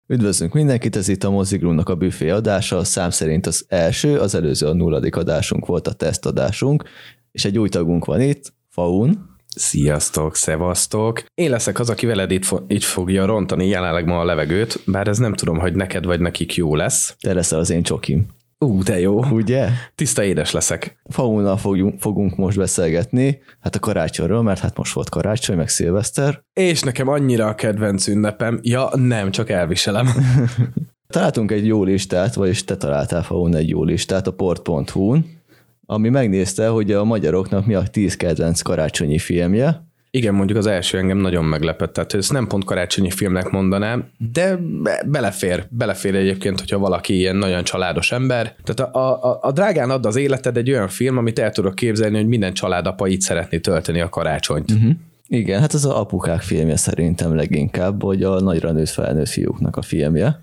Üdvözlünk mindenkit, ez itt a Mozigrúnak a büfé adása, szám szerint az első, az előző a 0. adásunk volt, a tesztadásunk, és egy új tagunk van itt, Faun. Sziasztok, szevasztok! Én leszek az, aki veled így fogja rontani jelenleg ma a levegőt, bár ez nem tudom, hogy neked vagy nekik jó lesz. Te leszel az én csokim. De jó. Ugye? Tiszta édes leszek. Faunnal fogunk most beszélgetni, hát a karácsonyról, mert hát most volt karácsony, meg szilveszter. És nekem annyira a kedvenc ünnepem, nem, csak elviselem. Találtunk egy jó listát, vagyis te találtál, Faun, egy jó listát a port.hu-n, ami megnézte, hogy a magyaroknak mi a 10 kedvenc karácsonyi filmje. Igen, mondjuk az első engem nagyon meglepett, tehát ezt nem pont karácsonyi filmnek mondanám, de belefér egyébként, hogyha valaki ilyen nagyon családos ember. Tehát a Drágán add az életed egy olyan film, amit el tudok képzelni, hogy minden családapa így szeretné tölteni a karácsonyt. Uh-huh. Igen, hát ez az apukák filmje szerintem leginkább, vagy a nagyra nőtt felnőtt fiúknak a filmje.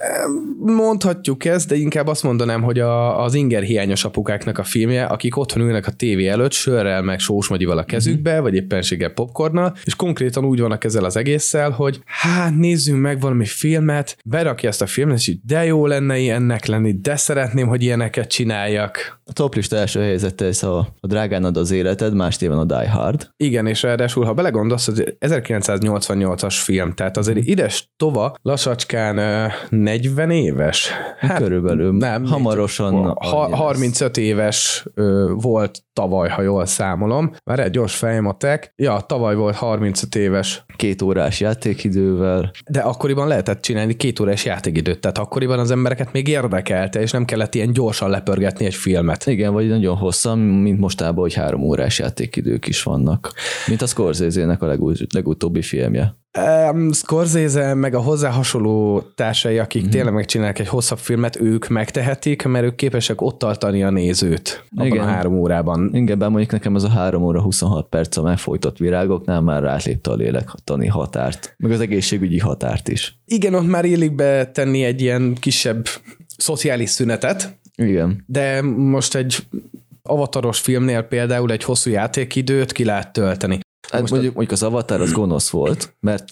Mondhatjuk ezt, de inkább azt mondanám, hogy az ingerhiányos apukáknak a filmje, akik otthon ülnek a tévé előtt, sörrel meg sósmagyival a kezükbe, vagy éppenséggel popcornnal, és konkrétan úgy vannak ezzel az egésszel, hogy nézzünk meg valami filmet, berakja ezt a filmet, és így de jó lenne ennek lenni, de szeretném, hogy ilyeneket csináljak. A toplista első helyzete ez a Drágán ad az életed, más néven a Die Hard. Igen, és ráadásul, ha belegondolsz, az 1988-as film, tehát azért ides tova lassacskán 40 éves. Hát körülbelül. Nem, hamarosan. 35 éves volt tavaly, ha jól számolom. Már egy gyors fejematek. Ja, tavaly volt 35 éves. 2 órás játékidővel. De akkoriban lehetett csinálni 2 órás játékidőt, tehát akkoriban az embereket még érdekelte, és nem kellett ilyen gyorsan lepörgetni egy filmet. Igen, vagy nagyon hosszan, mint mostában, hogy 3 órás játékidők is vannak. Mint a Scorsese-nek a legutóbbi filmje. Scorsese meg a hozzá hasonló társai, akik tényleg megcsinálják egy hosszabb filmet, ők megtehetik, mert ők képesek ott tartani a nézőt abban a 3 órában. Igen, bár mondjuk nekem ez a 3 óra 26 perc a megfojtott virágoknál már átlépte a lélektani határt, meg az egészségügyi határt is. Igen, ott már illik betenni egy ilyen kisebb szociális szünetet. Igen. De most egy avataros filmnél például egy hosszú játékidőt ki lehet tölteni. Hát mondjuk az Avatar az gonosz volt, mert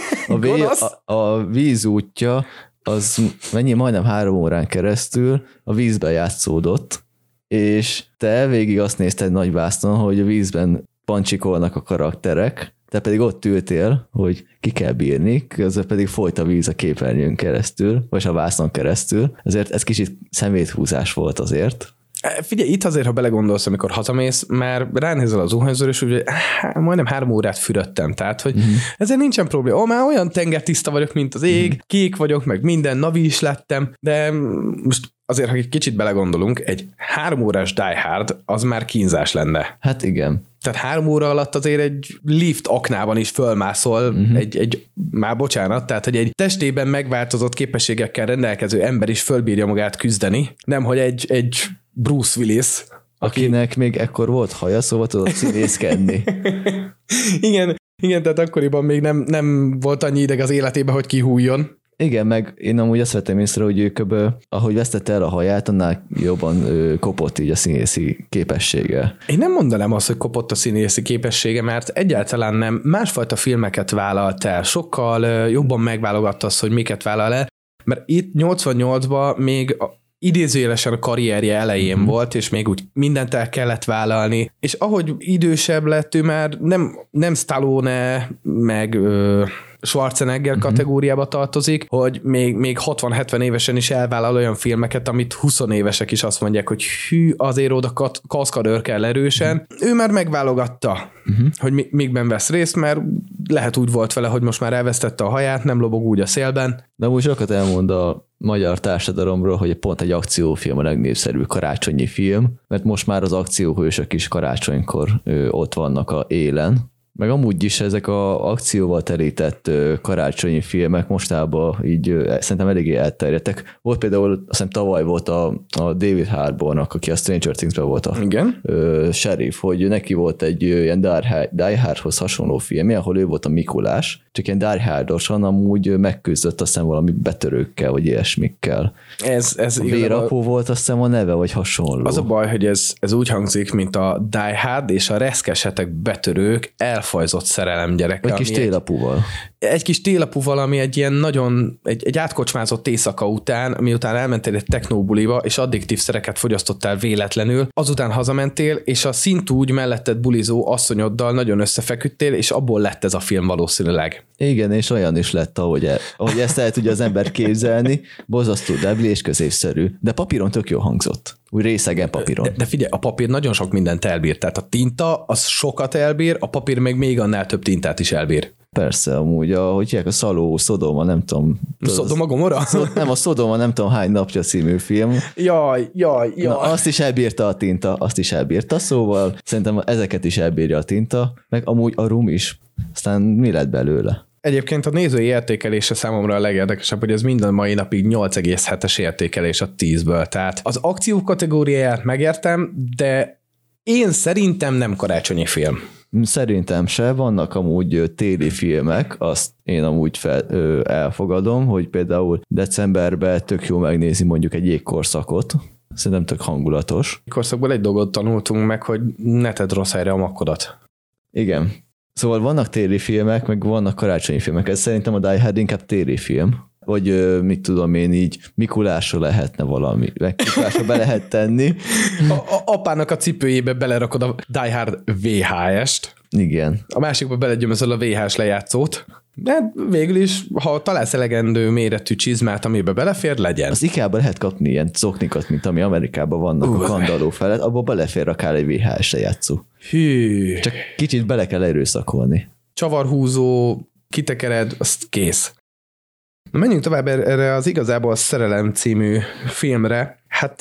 a víz útja az majdnem 3 órán keresztül a vízben játszódott, és te végig azt nézted nagy vásznon, hogy a vízben pancsikolnak a karakterek, te pedig ott ültél, hogy ki kell bírni, közben pedig folyt a víz a képernyőn keresztül, vagy a vásznon keresztül, ezért ez kicsit szeméthúzás volt azért. Figyelj, itt azért, ha belegondolsz, amikor hazamész, már ránézel az zuhanyzóra, és úgy, majdnem 3 órát fürödtem, tehát, hogy ezért nincsen probléma. Már olyan tengertiszta vagyok, mint az ég, kék vagyok, meg minden, navi is lettem, de most azért, ha egy kicsit belegondolunk, egy 3 órás Die Hard, az már kínzás lenne. Hát igen. Tehát 3 óra alatt azért egy lift aknában is fölmászol, már bocsánat, tehát, hogy egy testében megváltozott képességekkel rendelkező ember is fölbírja magát küzdeni, nemhogy egy Bruce Willis, akinek még ekkor volt haja, szóval tudott színészkedni. igen, tehát akkoriban még nem volt annyi ideg az életében, hogy kihújjon. Igen, meg én amúgy azt vettem észre, hogy ő ahogy vesztette el a haját, annál jobban kopott így a színészi képessége. Én nem mondanám azt, hogy kopott a színészi képessége, mert egyáltalán nem. Másfajta filmeket vállalt el, sokkal jobban megválogatta azt, hogy miket vállal el, mert itt 88-ban még idézőjelesen a karrierje elején volt, és még úgy mindent el kellett vállalni, és ahogy idősebb lett, ő már nem Stallone, meg Schwarzenegger kategóriába tartozik, hogy még 60-70 évesen is elvállal olyan filmeket, amit 20 évesek is azt mondják, hogy hű, azért oda kaszkadőr kell erősen. Ő már megválogatta, hogy mikben vesz részt, mert lehet úgy volt vele, hogy most már elvesztette a haját, nem lobog úgy a szélben. De úgy sokat elmond a magyar társadalomról, hogy pont egy akciófilm a legnépszerűbb karácsonyi film, mert most már az akcióhősök is karácsonykor ott vannak a élen. Meg amúgy is ezek az akcióval telített karácsonyi filmek mostában így szerintem eléggé elterjedtek. Volt például, azt hiszem tavaly volt a David Harbournak, aki a Stranger Things-ben volt a sheriff, hogy neki volt egy ilyen Die Hardhoz hasonló filmje, ahol ő volt a Mikulás, csak ilyen Die Hardosan amúgy megküzdött azt hiszem valami betörőkkel, vagy ilyesmikkel. Ez Vérapó volt azt hiszem a neve, vagy hasonló. Az a baj, hogy ez úgy hangzik, mint a Die Hard és a reszkesetek betörők felfajzott szerelem gyereke. Egy kis télapuval. Egy kis télapuval, ami egy ilyen nagyon, egy átkocsmázott éjszaka után, miután elmentél egy technóbuliba, és addiktív szereket fogyasztottál véletlenül, azután hazamentél, és a szintúgy melletted bulizó asszonyoddal nagyon összefeküdtél, és abból lett ez a film valószínűleg. Igen, és olyan is lett, ahogy ezt el tudja az ember képzelni, borzasztó debli és középszerű, de papíron tök jó hangzott. Úgy részegen papíron. De figyelj, a papír nagyon sok mindent elbír, tehát a tinta az sokat elbír, a papír meg még annál több tintát is elbír. Persze, amúgy, ahogy hívják a Szaló, Szodoma, nem tudom. Szodoma, Gomora? Nem, a Szodoma, nem tudom hány napja című film. Jaj. Na, azt is elbírta a tinta, szóval szerintem ezeket is elbírja a tinta, meg amúgy a rum is. Aztán mi lett belőle? Egyébként a nézői értékelése számomra a legérdekesebb, hogy ez minden mai napig 8,7-es értékelés a 10-ből. Tehát az akció kategóriáját megértem, de én szerintem nem karácsonyi film. Szerintem se, vannak amúgy téli filmek, azt én amúgy elfogadom, hogy például decemberben tök jó megnézni mondjuk egy jégkorszakot, szerintem tök hangulatos. Jégkorszakból egy dolgot tanultunk meg, hogy ne tedd rossz helyre a makkodat. Igen. Szóval vannak téli filmek, meg vannak karácsonyi filmek, ez szerintem a Die Hard inkább téli film, vagy mit tudom én így, Mikulásra lehetne valami, meg Mikulásra be lehet tenni. Apának a cipőjébe belerakod a Die Hard VHS-t. Igen. A másikba belegyömözöl a VHS lejátszót. De végül is, ha találsz elegendő méretű csizmát, amiben belefér, legyen. Az IKEA-ban lehet kapni ilyen zoknikat, mint ami Amerikában vannak a kandalló felett, abból belefér akár egy VHS lejátszó. Hű. Csak kicsit bele kell erőszakolni. Csavarhúzó, kitekered, azt kész. Na, menjünk tovább erre az igazából Szerelem című filmre. Hát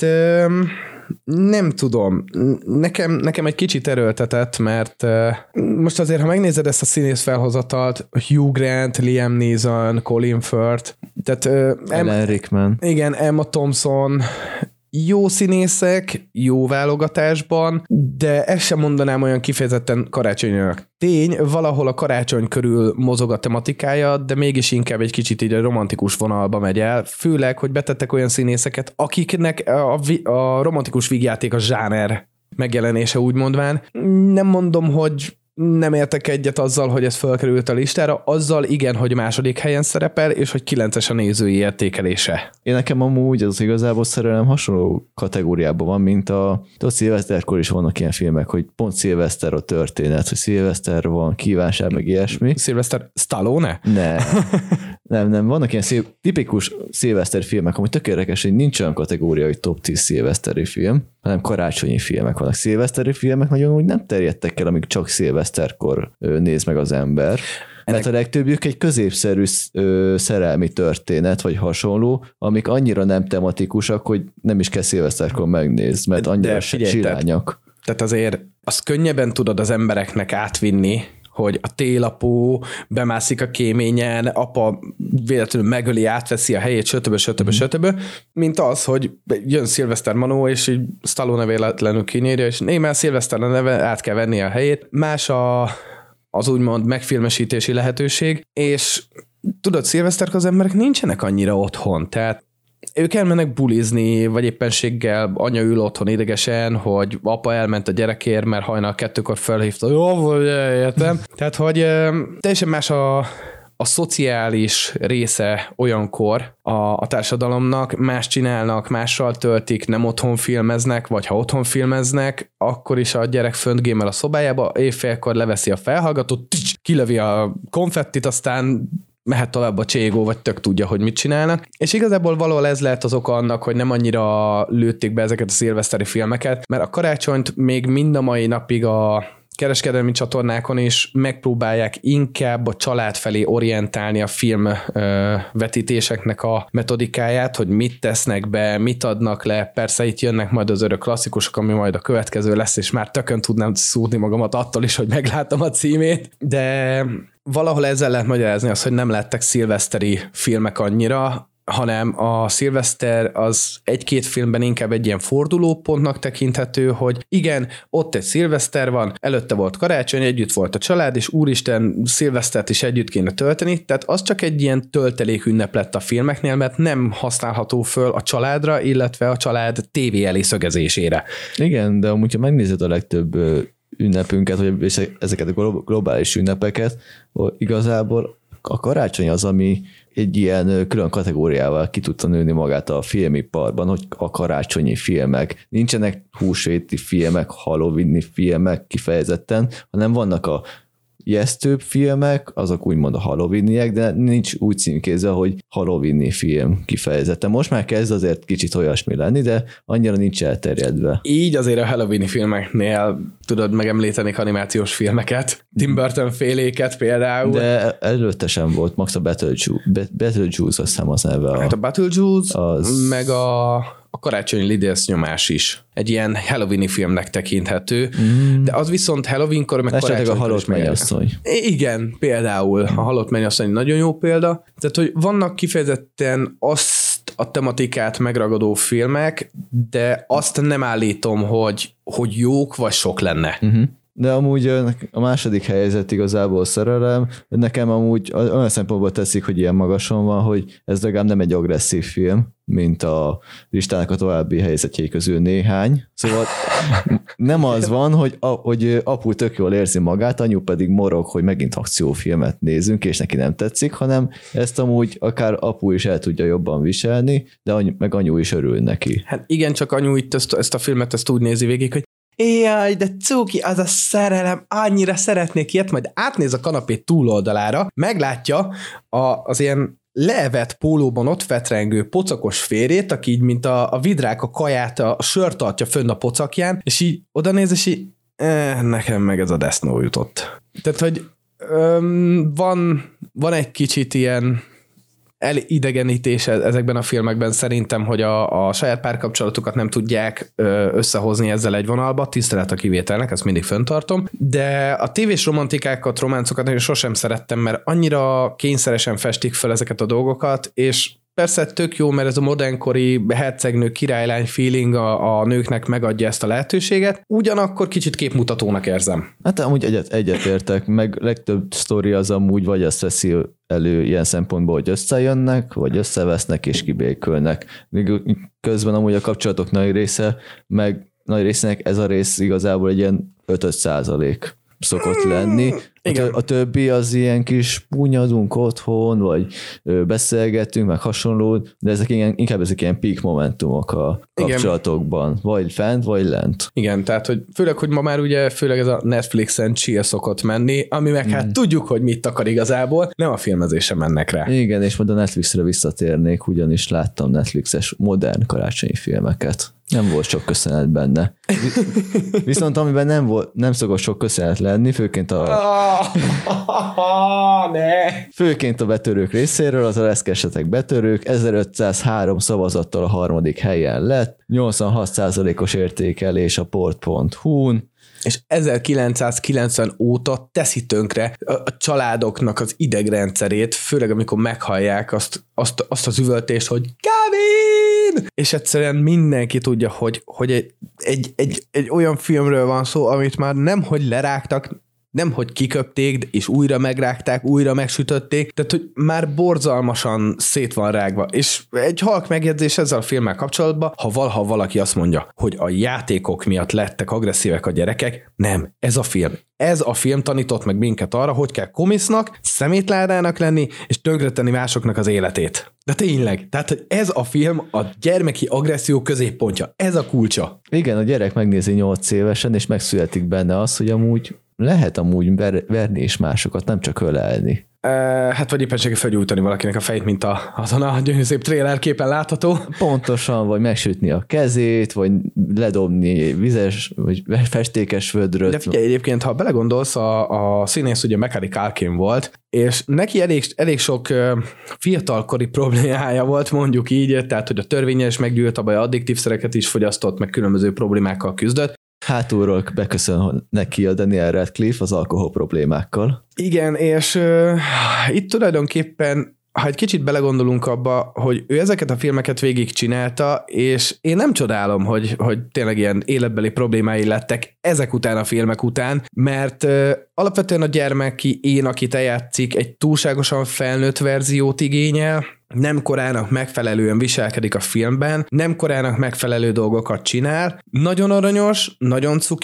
nem tudom. Nekem egy kicsit erőltetett, mert most azért, ha megnézed ezt a színész felhozatalt, Hugh Grant, Liam Neeson, Colin Firth, tehát Alan Rickman. Igen, Emma Thompson, jó színészek, jó válogatásban, de ezt sem mondanám olyan kifejezetten karácsonynak. Tény, valahol a karácsony körül mozog a tematikája, de mégis inkább egy kicsit így a romantikus vonalba megy el, főleg, hogy betettek olyan színészeket, akiknek a romantikus vígjáték a zsáner megjelenése úgy mondván. Nem mondom, hogy nem értek egyet azzal, hogy ez felkerült a listára, azzal igen, hogy második helyen szerepel, és hogy 9-es a nézői értékelése. Én nekem amúgy az igazából Szerelem hasonló kategóriában van, mint a szilveszterkor is vannak ilyen filmek, hogy pont szilveszter a történet, hogy szilveszter van, kívánság, meg ilyesmi. Szilveszter Stallone? Nem, vannak ilyen tipikus szilveszter filmek, ami tök érdekes, hogy nincs olyan kategória, hogy top 10 szilveszteri film, hanem karácsonyi filmek vannak. Szilveszteri filmek nagyon úgy nem terjedtek el, amíg csak szilveszterkor néz meg az ember. Mert a legtöbbjük egy középszerű szerelmi történet, vagy hasonló, amik annyira nem tematikusak, hogy nem is kell szilveszterkor megnézni, mert annyira csillányak. Tehát azért azt könnyebben tudod az embereknek átvinni, hogy a télapó bemászik a kéményen, apa véletlenül megöli, átveszi a helyét, stb. Mint az, hogy jön Szilveszter Manó, és így Stallone véletlenül kinyírja, és némel Szilveszter a neve, át kell venni a helyét. Más az úgymond megfilmesítési lehetőség, és tudod, szilveszterkor az emberek nincsenek annyira otthon, tehát ők elmennek bulizni, vagy éppenséggel anya ül otthon idegesen, hogy apa elment a gyerekért, mert hajnal 2-kor felhívta, jó, értem. Tehát, hogy teljesen más a szociális része olyankor a társadalomnak, más csinálnak, mással töltik, nem otthon filmeznek, vagy ha otthon filmeznek, akkor is a gyerek fönt gémel a szobájába, éjfélkor leveszi a felhallgatót, kilövi a konfettit, aztán mehet tovább a cségó, vagy tök tudja, hogy mit csinálnak. És igazából valahol ez lehet az oka annak, hogy nem annyira lőtték be ezeket a szilveszteri filmeket, mert a karácsonyt még mind a mai napig a kereskedelmi csatornákon is megpróbálják inkább a család felé orientálni a film vetítéseknek a metodikáját, hogy mit tesznek be, mit adnak le. Persze itt jönnek majd az örök klasszikusok, ami majd a következő lesz, és már tökön tudnám szúrni magamat attól is, hogy meglátom a címét, de valahol ezzel lehet magyarázni azt, hogy nem lettek szilveszteri filmek annyira, hanem a szilveszter az egy-két filmben inkább egy ilyen fordulópontnak tekinthető, hogy igen, ott egy szilveszter van, előtte volt karácsony, együtt volt a család, és úristen, szilvesztert is együtt kéne tölteni, tehát az csak egy ilyen töltelékünnep lett a filmeknél, mert nem használható föl a családra, illetve a család tévé elé szögezésére. Igen, de amúgy, ha megnézed a legtöbb ünnepünket, vagy ezeket a globális ünnepeket, igazából a karácsony az, ami egy ilyen külön kategóriával ki tudta nőni magát a filmiparban, hogy a karácsonyi filmek. Nincsenek húsvéti filmek, halloweeni filmek kifejezetten, hanem vannak a ijesztőbb filmek, azok úgymond a halloweeniek, de nincs úgy címkézve, hogy halloweeni film kifejezetten. Most már kezd azért kicsit olyasmi lenni, de annyira nincs elterjedve. Így azért a halloweeni filmeknél tudod megemlíteni animációs filmeket, Tim Burton féléket például. De előtte sem volt, max a Beetlejuice, azt hiszem az neve. Hát a Beetlejuice, meg a karácsonyi lidérc nyomás is. Egy ilyen halloweeni filmnek tekinthető, de az viszont Halloweenkor meg karácsonykor a halott mennyasszony. Igen, például a halott mennyasszony nagyon jó példa. Tehát, hogy vannak kifejezetten azt a tematikát megragadó filmek, de azt nem állítom, hogy jók vagy sok lenne. De amúgy a második helyzet igazából szerelem, nekem amúgy olyan szempontból teszik, hogy ilyen magason van, hogy ez legalább nem egy agresszív film, mint a listának a további helyzetjei közül néhány. Szóval nem az van, hogy apu tök jól érzi magát, anyu pedig morog, hogy megint akciófilmet nézünk, és neki nem tetszik, hanem ezt amúgy akár apu is el tudja jobban viselni, de meg anyu is örül neki. Hát igen, csak anyu itt ezt a filmet úgy nézi végig, hogy jaj, de cuki, az a szerelem, annyira szeretnék ilyet, majd átnéz a kanapé túloldalára, meglátja az ilyen leevett pólóban ott fetrengő pocakos férjét, aki így, mint a vidrák a kaját, a sört tartja fönn a pocakján, és így oda néz, és így nekem meg ez a Death Note jutott. Tehát, hogy van egy kicsit ilyen elidegenítés ezekben a filmekben szerintem, hogy a saját párkapcsolatokat nem tudják összehozni ezzel egy vonalba, tisztelet a kivételnek, ezt mindig fenntartom, de a tévés romantikákat, románcokat én sosem szerettem, mert annyira kényszeresen festik fel ezeket a dolgokat, és persze tök jó, mert ez a modernkori hercegnő királylány feeling a nőknek megadja ezt a lehetőséget, ugyanakkor kicsit képmutatónak érzem. Hát amúgy egyetértek, meg legtöbb sztori az amúgy vagy azt veszi elő ilyen szempontból, hogy összejönnek, vagy összevesznek és kibékülnek. Közben amúgy a kapcsolatok nagy részének ez a rész igazából egy ilyen 5% szokott lenni. A többi az ilyen kis punyadunk otthon, vagy beszélgetünk, meg hasonló, de inkább ezek ilyen peak momentumok a kapcsolatokban. Igen. Vagy fent, vagy lent. Igen, tehát hogy főleg, hogy ma már ugye főleg ez a Netflixen chill szokott menni, ami meg hát tudjuk, hogy mit akar igazából, nem a filmezése mennek rá. Igen, és majd a Netflixre visszatérnék, ugyanis láttam Netflixes modern karácsonyi filmeket. Nem volt sok köszönet benne. Viszont amiben nem szokott sok köszönet lenni, főként a betörők részéről, az a Reszkesetek betörők, 1503 szavazattal a 3. helyen lett, 86%-os értékelés a port.hu-n, és 1990 óta teszi tönkre a családoknak az idegrendszerét, főleg amikor meghallják azt az üvöltést, hogy Kevin! És egyszerűen mindenki tudja, hogy egy olyan filmről van szó, amit már nemhogy lerágtak, nemhogy kiköpték, és újra megrágták, újra megsütötték, tehát hogy már borzalmasan szét van rágva. És egy halk megjegyzés ezzel a filmmel kapcsolatban, ha valaha valaki azt mondja, hogy a játékok miatt lettek agresszívek a gyerekek, nem, ez a film. Ez a film tanított meg minket arra, hogy kell komisznak, szemétládának lenni, és tönkretenni másoknak az életét. De tényleg, tehát hogy ez a film a gyermeki agresszió középpontja. Ez a kulcsa. Igen, a gyerek megnézi 8 évesen, és megszületik benne az, hogy amúgy lehet verni is másokat, nem csak ölelni. Hát vagy éppenséggel felgyújtani valakinek a fejét, mint azon a gyönyörű szép trailer képen látható. Pontosan, vagy megsütni a kezét, vagy ledobni vizes, vagy festékes vödröt. De figyelj, egyébként, ha belegondolsz, a színész ugye Macaulay Culkin volt, és neki elég sok fiatalkori problémája volt, mondjuk így, tehát hogy a törvényes meggyűlt, abban addiktív szereket is fogyasztott, meg különböző problémákkal küzdött. Hátulról beköszön neki a Daniel Radcliffe az alkohol problémákkal. Igen, és itt tulajdonképpen, ha egy kicsit belegondolunk abba, hogy ő ezeket a filmeket végigcsinálta, és én nem csodálom, hogy tényleg ilyen életbeli problémái lettek ezek után a filmek után, mert alapvetően a gyermeki én, akit eljátszik, egy túlságosan felnőtt verziót igényel, nem korának megfelelően viselkedik a filmben, nem korának megfelelő dolgokat csinál, nagyon aranyos, nagyon cuki,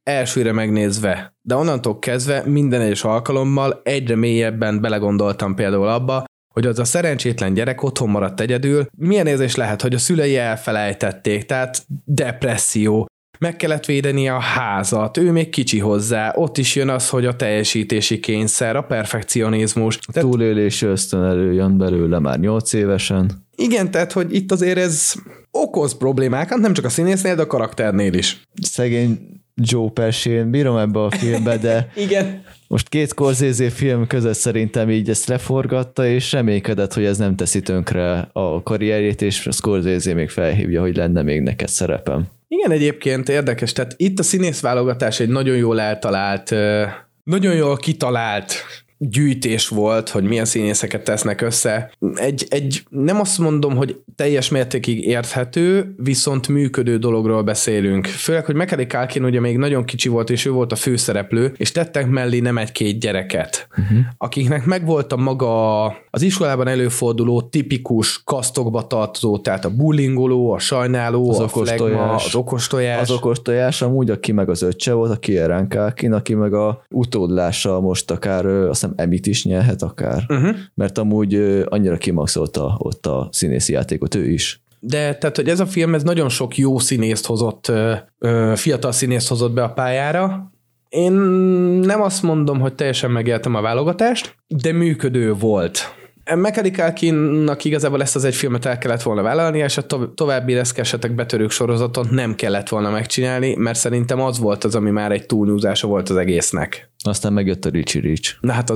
elsőre megnézve, de onnantól kezdve minden egyes alkalommal egyre mélyebben belegondoltam például abba, hogy az a szerencsétlen gyerek otthon maradt egyedül, milyen érzés lehet, hogy a szülei elfelejtették, tehát depresszió, meg kellett védeni a házat, ő még kicsi hozzá, ott is jön az, hogy a teljesítési kényszer, a perfekcionizmus. A túlélési ösztön előjön belőle már 8 évesen. Igen, tehát, hogy itt azért ez okoz problémákat, nem csak a színésznél, de a karakternél is. Szegény Joe Pesci, én bírom ebbe a filmbe, de igen. Most 2 Scorsese film között szerintem így ezt leforgatta, és reménykedett, hogy ez nem teszi tönkre a karrierjét, és Scorsese még felhívja, hogy lenne még neked szerepem. Igen, egyébként érdekes, tehát itt a színészválogatás egy nagyon jól eltalált, nagyon jól kitalált gyűjtés volt, hogy milyen színészeket tesznek össze. Egy nem azt mondom, hogy teljes mértékig érthető, viszont működő dologról beszélünk. Főleg, hogy Macaulay Culkin ugye még nagyon kicsi volt, és ő volt a főszereplő, és tettek mellé nem 1-2 gyereket, akiknek megvolt a maga az iskolában előforduló tipikus kasztokba tartozó, tehát a bullingoló, a sajnáló, az a flegma, az okostojás. Az okostojás amúgy, aki meg az öccse volt, a Kieran Culkin, aki meg a utódlása most akár azt hiszem Emmyt is nyerhet akár, mert amúgy annyira kimaxolta ott a színészi játékot ő is. De tehát, hogy ez a film, ez nagyon sok jó színészt hozott, fiatal színészt hozott be a pályára. Én nem azt mondom, hogy teljesen megéltem a válogatást, de működő volt. Macaulay Culkinnak igazából ezt az egy filmet el kellett volna vállalni, és a további reszkesetek betörők sorozatot nem kellett volna megcsinálni, mert szerintem az volt az, ami már egy túlnyúzása volt az egésznek. Aztán megjött a Richie Rich. Na hát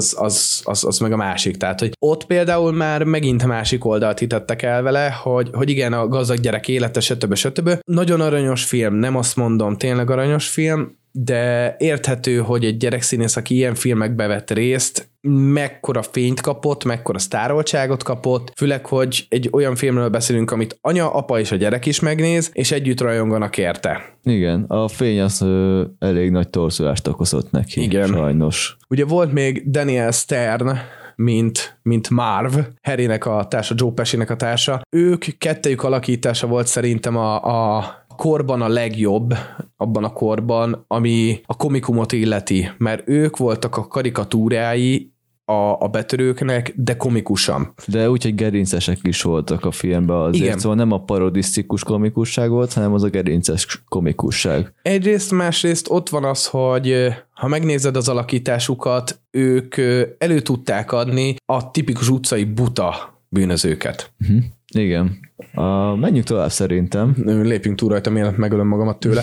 az meg a másik. Tehát, hogy ott például már megint a másik oldalt hitettek el vele, hogy igen, a gazdag gyerek élete, stb. Nagyon aranyos film, nem azt mondom, tényleg aranyos film, de érthető, hogy egy gyerekszínész, aki ilyen filmekbe vett részt, mekkora fényt kapott, mekkora sztároltságot kapott, főleg, hogy egy olyan filmről beszélünk, amit anya, apa és a gyerek is megnéz, és együtt rajonganak érte. Igen, a fény az elég nagy torzulást okozott neki. Igen. Sajnos. Ugye volt még Daniel Stern, mint Marv, Harrynek a társa, Joe Pescinek a társa. Ők kettejük alakítása volt szerintem a korban a legjobb, abban a korban, ami a komikumot illeti, mert ők voltak a karikatúrái a betörőknek, de komikusan. De úgy, hogy gerincesek is voltak a filmben azért, igen. Szóval nem a parodisztikus komikusság volt, hanem az a gerinces komikusság. Egyrészt, másrészt ott van az, hogy ha megnézed az alakításukat, ők elő tudták adni a tipikus utcai buta bűnözőket. Igen. Menjünk tovább szerintem. Lépjünk túl rajta, mielőtt megölöm magamat tőle.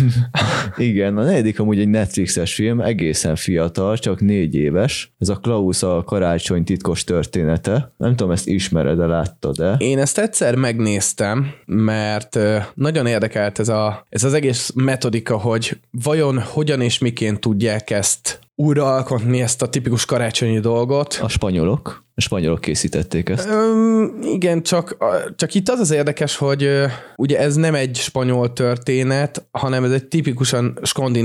Igen, a 4. amúgy egy Netflixes film, egészen fiatal, csak 4 éves. Ez a Klaus a karácsony titkos története. Nem tudom, ezt ismered, de láttad-e? Én ezt egyszer megnéztem, mert nagyon érdekelt ez az egész metodika, hogy vajon hogyan és miként tudják ezt újraalkotni, ezt a tipikus karácsonyi dolgot. A spanyolok készítették ezt. Igen, csak itt az érdekes, hogy ugye ez nem egy spanyol történet, hanem ez egy tipikusan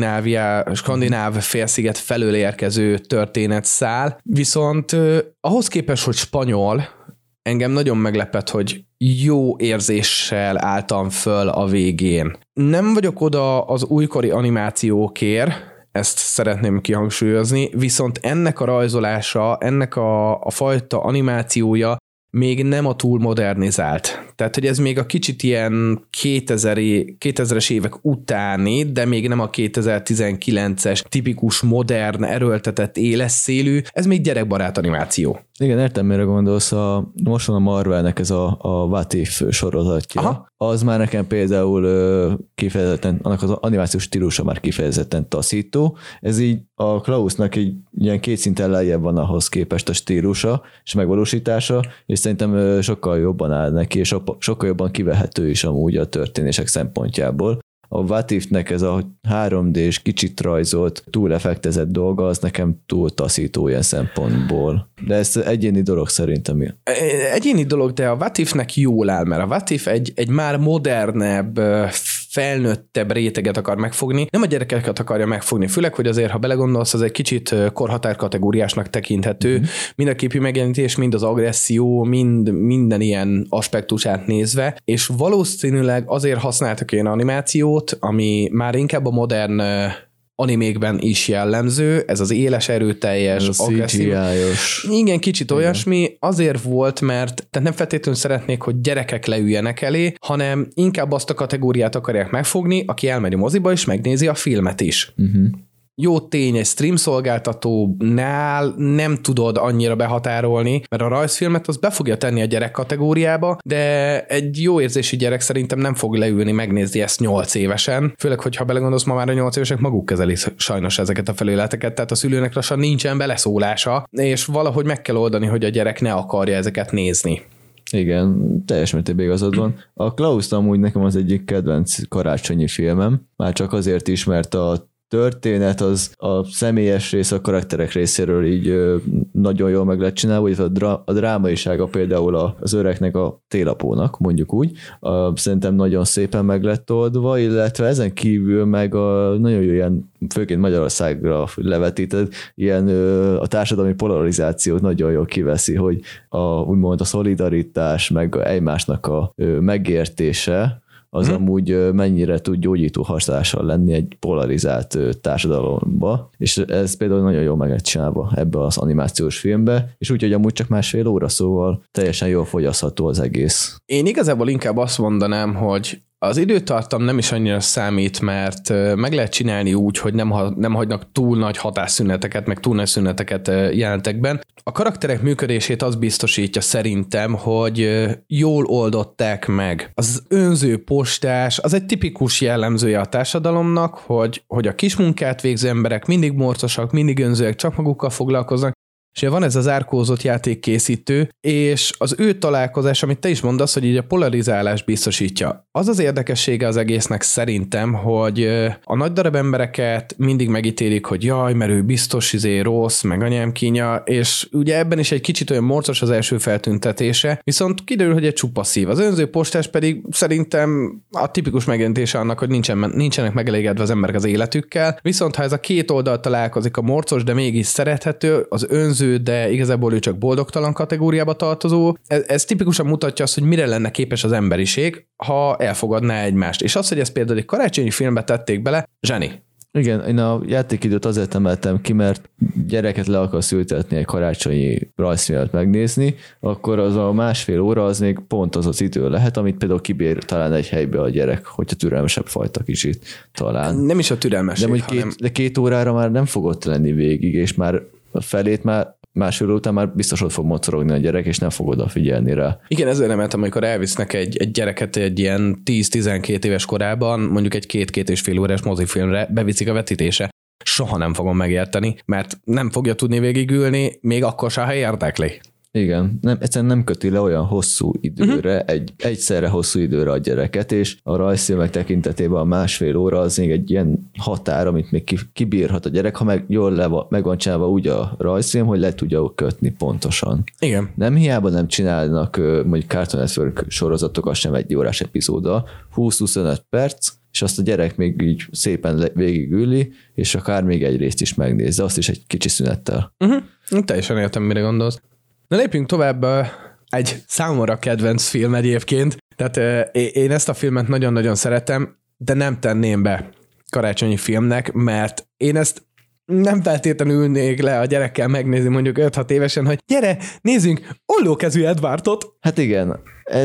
skandináv félsziget felől érkező történetszál. Viszont ahhoz képest, hogy spanyol, engem nagyon meglepett, hogy jó érzéssel álltam föl a végén. Nem vagyok oda az újkori animációkért, ezt szeretném kihangsúlyozni, viszont ennek a rajzolása, ennek a fajta animációja még nem a túl modernizált. Tehát, hogy ez még a kicsit ilyen 2000-es évek utáni, de még nem a 2019-es tipikus, modern, erőltetett, éles-szélű, ez még gyerekbarát animáció. Igen, értem, mire gondolsz, most van a Marvelnek ez a What If sorozatja. Aha. Az már nekem például kifejezetten, annak az animációs stílusa már kifejezetten taszító. Ez így a Klausnak egy ilyen 2 szinten lejjebb van ahhoz képest a stílusa és megvalósítása, és szerintem sokkal jobban áll neki, és sokkal jobban kivehető is amúgy a történések szempontjából. A What If-nek ez a 3D-s, kicsit rajzolt, túl effektezett dolga, az nekem túl taszító ilyen szempontból. De ez egyéni dolog szerintem. Egyéni dolog, de a What If-nek jól áll, mert a What If egy már modernebb, felnőttebb réteget akar megfogni, nem a gyerekeket akarja megfogni, főleg, hogy azért, ha belegondolsz, az egy kicsit korhatárkategóriásnak tekinthető, mind a képi megjelenítés, mind az agresszió, minden ilyen aspektusát nézve, és valószínűleg azért használtak ilyen animációt, ami már inkább a modern animékben is jellemző, ez az éles, erőteljes, agresszív. Igen, kicsit olyasmi, azért volt, mert tehát nem feltétlenül szeretnék, hogy gyerekek leüljenek elé, hanem inkább azt a kategóriát akarják megfogni, aki elmegy a moziba és megnézi a filmet is. Jó tény, egy stream szolgáltatónál nem tudod annyira behatárolni, mert a rajzfilmet az be fogja tenni a gyerek kategóriába, de egy jó érzésű gyerek szerintem nem fog leülni megnézni ezt 8 évesen, főleg, hogyha belegondolsz, ma már a 8 évesek maguk kezelik sajnos ezeket a felületeket, tehát a szülőnek lassan nincsen beleszólása, és valahogy meg kell oldani, hogy a gyerek ne akarja ezeket nézni. Igen, teljes mértékben igazad van. A Klaus amúgy nekem az egyik kedvenc karácsonyi filmem, már csak azért is, mert a történet az a személyes rész, a karakterek részéről így nagyon jól meg lett csinálva, illetve a drámaisága például az öregnek a télapónak, mondjuk úgy, szerintem nagyon szépen meg lett oldva, illetve ezen kívül meg nagyon jó ilyen, főként Magyarországra levetített, ilyen a társadalmi polarizációt nagyon jól kiveszi, hogy úgymond a szolidaritás, meg egymásnak a megértése, az amúgy mennyire tud gyógyító hatással lenni egy polarizált társadalomba, és ez például nagyon jól meg lett csinálva ebbe az animációs filmbe, és úgyhogy amúgy csak 1,5 óra, szóval teljesen jól fogyasztható az egész. Én igazából inkább azt mondanám, hogy az időtartam nem is annyira számít, mert meg lehet csinálni úgy, hogy nem hagynak túl nagy hatásszüneteket, meg túl nagy szüneteket jelentekben. A karakterek működését az biztosítja szerintem, hogy jól oldották meg. Az önző postás, az egy tipikus jellemzője a társadalomnak, hogy a kis munkát végző emberek mindig morcosak, mindig önzőek, csak magukkal foglalkoznak, és van ez az árkózott játékkészítő, és az ő találkozás, amit te is mondasz, hogy így a polarizálást biztosítja. Az az érdekessége az egésznek szerintem, hogy a nagy darab embereket mindig megítélik, hogy jaj, mert ő biztos rossz, meg anyám kínja, és ugye ebben is egy kicsit olyan morcos az első feltüntetése, viszont kiderül, hogy egy csupa szív. Az önző postás pedig szerintem a tipikus megjelentése annak, hogy nincsenek megelégedve az emberek az életükkel, viszont ha ez a két oldal találkozik, a morcos, de mégis szerethető, az önző, de igazából ő csak boldogtalan kategóriába tartozó. Ez tipikusan mutatja azt, hogy mire lenne képes az emberiség, ha elfogadná egymást. És az, hogy ezt például egy karácsonyi filmbe tették bele, zseni. Igen, én a játékidőt azért emeltem ki, mert gyereket le akarsz ültetni egy karácsonyi rajzfilmet megnézni, akkor az a 1,5 óra az még pont az idő lehet, amit például kibír talán egy helybe a gyerek, hogyha türelmesebb fajta kicsit talán. Nem is a türelmesség, de 2 órára már nem fogod lenni végig, és már a felét már 1,5 óra után már biztos ott fog mocorogni a gyerek, és nem fog odafigyelni rá. Igen, ezért nem értem, amikor elvisznek egy gyereket egy ilyen 10-12 éves korában, mondjuk egy 2-2,5 órás mozifilmre beviszik a vetítése. Soha nem fogom megérteni, mert nem fogja tudni végigülni, még akkor se, ha érdekli. Igen, egyszerűen nem köti le olyan hosszú időre, egyszerre hosszú időre a gyereket, és a rajzfilmek tekintetében a 1,5 óra az még egy ilyen határ, amit még kibírhat a gyerek, ha jól meg van csinálva úgy a rajzfilm, hogy le tudja kötni pontosan. Igen. Nem hiába nem csinálnak mondjuk Cartoon Network sorozatokat sem 1 órás epizóda, 20-25 perc, és azt a gyerek még így szépen végigüli, és akár még egy részt is megnéz, de azt is egy kicsi szünettel. Teljesen értem, mire gondolsz. Na lépjünk tovább, egy számomra kedvenc film egyébként, tehát én ezt a filmet nagyon-nagyon szeretem, de nem tenném be karácsonyi filmnek, mert én ezt nem feltétlenül ülnék le a gyerekkel megnézni mondjuk 5-6 évesen, hogy gyere, nézzünk Ollókezű Edwardot. Hát igen,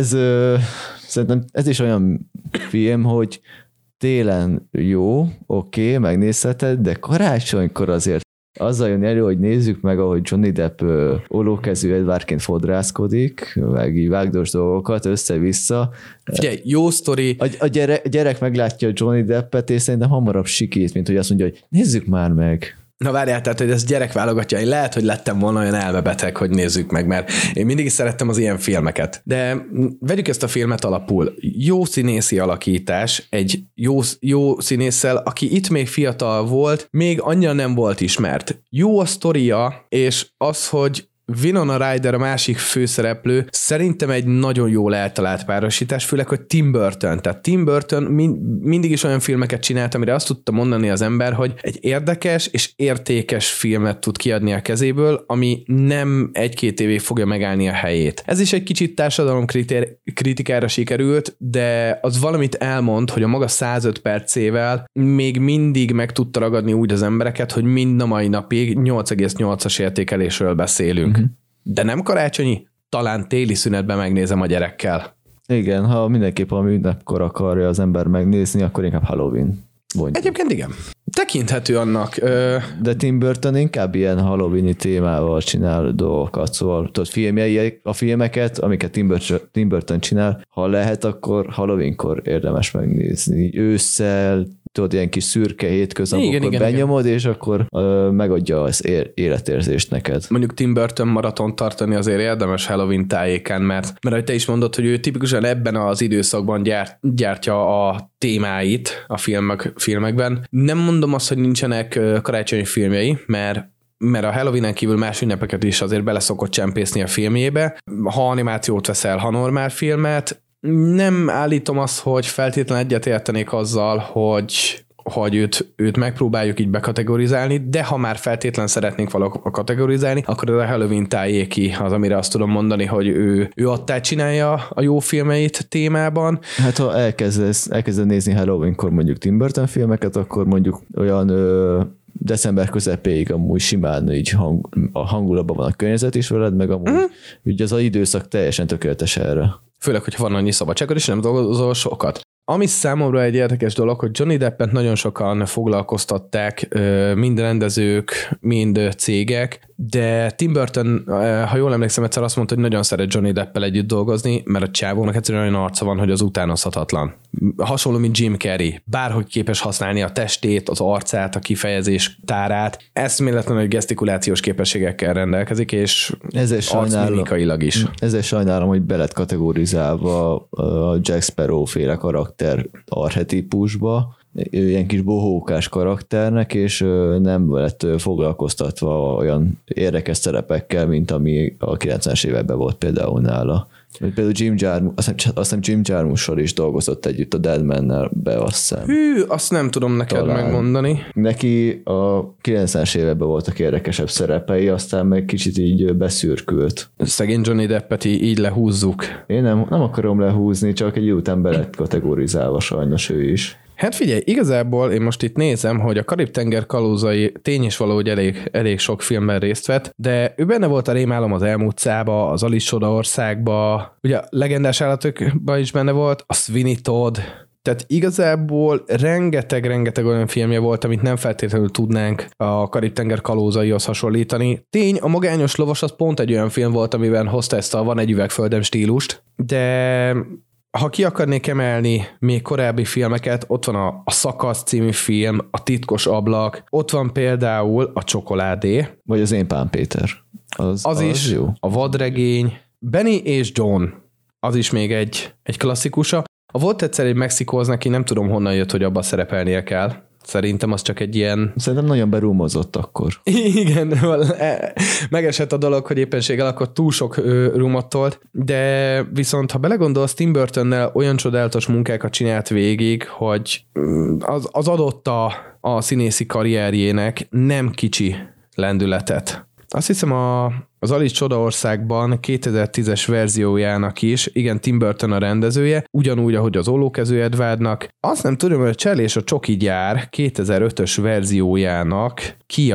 szerintem ez is olyan film, hogy télen jó, oké, megnézheted, de karácsonykor azért azzal jön elő, hogy nézzük meg, ahogy Johnny Depp ollókezű Edwardként fodrászkodik, meg így vágdos dolgokat össze-vissza. Figyelj, jó sztori. A gyerek meglátja Johnny Deppet, és szerintem hamarabb sikít, mint hogy azt mondja, hogy nézzük már meg. Na várjál, tehát, hogy ez gyerek válogatja. Én lehet, hogy lettem volna olyan elmebeteg, hogy nézzük meg, mert én mindig is szerettem az ilyen filmeket. De vegyük ezt a filmet alapul. Jó színészi alakítás, egy jó színésszel, aki itt még fiatal volt, még annyira nem volt ismert. Jó a sztoria, és az, hogy Winona Ryder a másik főszereplő, szerintem egy nagyon jól eltalált párosítás, főleg, hogy Tim Burton. Tehát Tim Burton mindig is olyan filmeket csinált, amire azt tudta mondani az ember, hogy egy érdekes és értékes filmet tud kiadni a kezéből, ami nem 1-2 évig fogja megállni a helyét. Ez is egy kicsit társadalomkritikára sikerült, de az valamit elmond, hogy a maga 105 percével még mindig meg tudta ragadni úgy az embereket, hogy mind a mai napig 8,8-as értékelésről beszélünk. De nem karácsonyi, talán téli szünetben megnézem a gyerekkel. Igen, ha mindenképp valami ünnepkor akarja az ember megnézni, akkor inkább Halloween. Mondjuk. Egyébként igen. Tekinthető annak. De Tim Burton inkább ilyen Halloween-i témával csinál dolgokat, szóval tudod, a filmeket, amiket Tim Burton csinál, ha lehet, akkor Halloweenkor érdemes megnézni. Ősszel, tudod, ilyen kis szürke hétköznapokkor benyomod, és akkor megadja az életérzést neked. Mondjuk Tim Burton maraton tartani azért érdemes Halloween tájékán, mert ahogy te is mondod, hogy ő tipikusan ebben az időszakban gyártja a témáit a filmekben. Nem mondom azt, hogy nincsenek karácsonyi filmjei, mert a Halloween-en kívül más ünnepeket is azért bele szokott csempészni a filmjébe. Ha animációt veszel, ha normál filmet, nem állítom azt, hogy feltétlenül egyetértenék azzal, hogy őt megpróbáljuk így bekategorizálni, de ha már feltétlen szeretnénk valahogy kategorizálni, akkor ez a Halloween tájéki az, amire azt tudom mondani, hogy ő attá csinálja a jó filmeit témában. Hát ha elkezded nézni Halloweenkor mondjuk Tim Burton filmeket, akkor mondjuk olyan december közepéig amúgy simán így a hangulatban van a környezet is veled, meg amúgy ugye az az időszak teljesen tökéletes erre. Főleg, hogyha van annyi szabadságod, és nem dolgozol sokat. Ami számomra egy érdekes dolog, hogy Johnny Deppet nagyon sokan foglalkoztatták, mind rendezők, mind cégek, de Tim Burton, ha jól emlékszem, egyszer azt mondta, hogy nagyon szeret Johnny Deppel együtt dolgozni, mert a csávónak egyszerűen olyan arca van, hogy az utánozhatatlan. Hasonló, mint Jim Carrey. Bárhogy képes használni a testét, az arcát, a kifejezés tárát. Eszméletlenül gesztikulációs képességekkel rendelkezik, és arcmimikailag is. Ezzel sajnálom, hogy be lett kategorizálva a Jack Sparrow féle karakter archetípusba, ilyen kis bohókás karakternek, és nem lett foglalkoztatva olyan érdekes szerepekkel, mint ami a 90-es években volt például nála. Például azt hiszem Jim Jarmussal is dolgozott együtt a Deadman-nel be, azt hiszem. Azt nem tudom neked megmondani. Neki a 90-es években voltak érdekesebb szerepei, aztán meg kicsit így beszürkült. Szegény Johnny Deppet így lehúzzuk. Én nem akarom lehúzni, csak egy után be lett kategorizálva sajnos ő is. Hát figyelj, igazából én most itt nézem, hogy a Karib-tenger kalózai tény is valahogy elég sok filmben részt vett, de ő benne volt a Rémálom az elmúlt szába, az Alice Csodaországba, ugye a Legendás állatokban is benne volt, a Sweeney Todd, tehát igazából rengeteg olyan filmje volt, amit nem feltétlenül tudnánk a Karib-tenger kalózaihoz hasonlítani. Tény, a Magányos lovas az pont egy olyan film volt, amiben hozta ezt a Van egy üvegföldem stílust, de ha ki akarnék emelni még korábbi filmeket, ott van a Szakasz című film, a Titkos ablak, ott van például a Csokoládé. Vagy az Én Pán Péter. Az is jó. A Vadregény, Benny és John, az is még egy klasszikusa. Volt egyszer egy Mexikóz neki, nem tudom honnan jött, hogy abba szerepelnie kell. Szerintem az csak egy ilyen... Szerintem nagyon berúmozott akkor. Igen, megesett a dolog, hogy éppenséggel akkor túl sok rumot tolt, de viszont ha belegondolsz, Tim Burtonnel olyan csodálatos munkákat csinált végig, hogy az adott a színészi karrierjének nem kicsi lendületet. Azt hiszem az Alice Csodaországban 2010-es verziójának is, igen, Tim Burton a rendezője, ugyanúgy, ahogy az Ollókezű Edwardnak. Azt nem tudom, hogy a Charlie és a Csoki gyár 2005-ös verziójának ki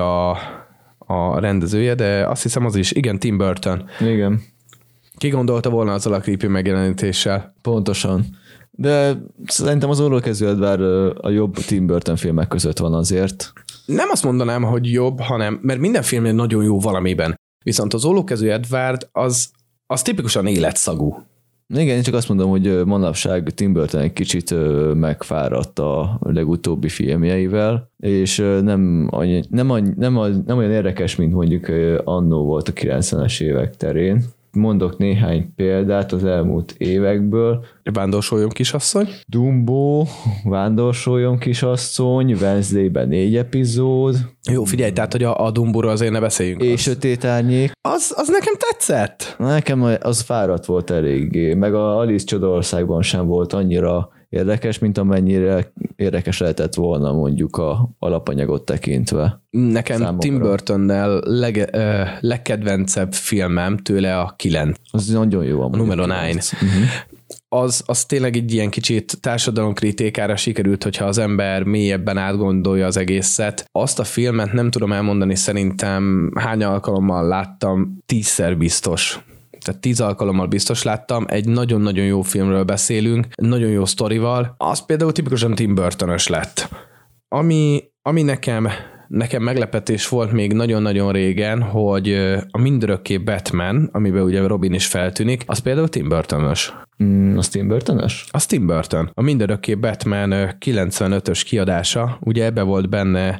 a rendezője, de azt hiszem az is, igen, Tim Burton. Igen. Ki gondolta volna azzal a creepy megjelenítéssel? Pontosan. De szerintem az Ollókezű Edward a jobb Tim Burton filmek között van azért. Nem azt mondanám, hogy jobb, hanem, mert minden film nagyon jó valamiben. Viszont az Ollókezű Edward az tipikusan életszagú. Igen, én csak azt mondom, hogy manapság Tim Burton egy kicsit megfáradt a legutóbbi filmjeivel, és nem olyan érdekes, mint mondjuk annó volt a 90-es évek terén. mondok néhány példát az elmúlt évekből. Vándorsoljon kisasszony. Dumbo, Vándorsoljon kisasszony, Wednesday-ben 4 epizód. Jó, figyelj, tehát, hogy a Dumbóról azért ne beszéljünk. És Sötét Árnyék. Az nekem tetszett. Nekem az fáradt volt eléggé, meg a Alice Csodaországban sem volt annyira érdekes, mint amennyire érdekes lehetett volna mondjuk a alapanyagot tekintve. Nekem számomra. Tim Burtonnel legkedvencebb filmem tőle a 9. Az nagyon jó. A numero 9. Az tényleg egy ilyen kicsit társadalomkritikára sikerült, hogyha az ember mélyebben átgondolja az egészet. Azt a filmet nem tudom elmondani, szerintem hány alkalommal láttam, 10-szer biztos. Tehát 10 alkalommal biztos láttam, egy nagyon-nagyon jó filmről beszélünk, nagyon jó sztorival, az például tipikusan Tim Burton-ös lett. Ami nekem meglepetés volt még nagyon-nagyon régen, hogy a Mindörökké Batman, amiben ugye Robin is feltűnik, az például Tim Burton-ös. Az Tim Burton-ös? Az Tim Burton. A Mindörökké Batman 95-ös kiadása, ugye ebbe volt benne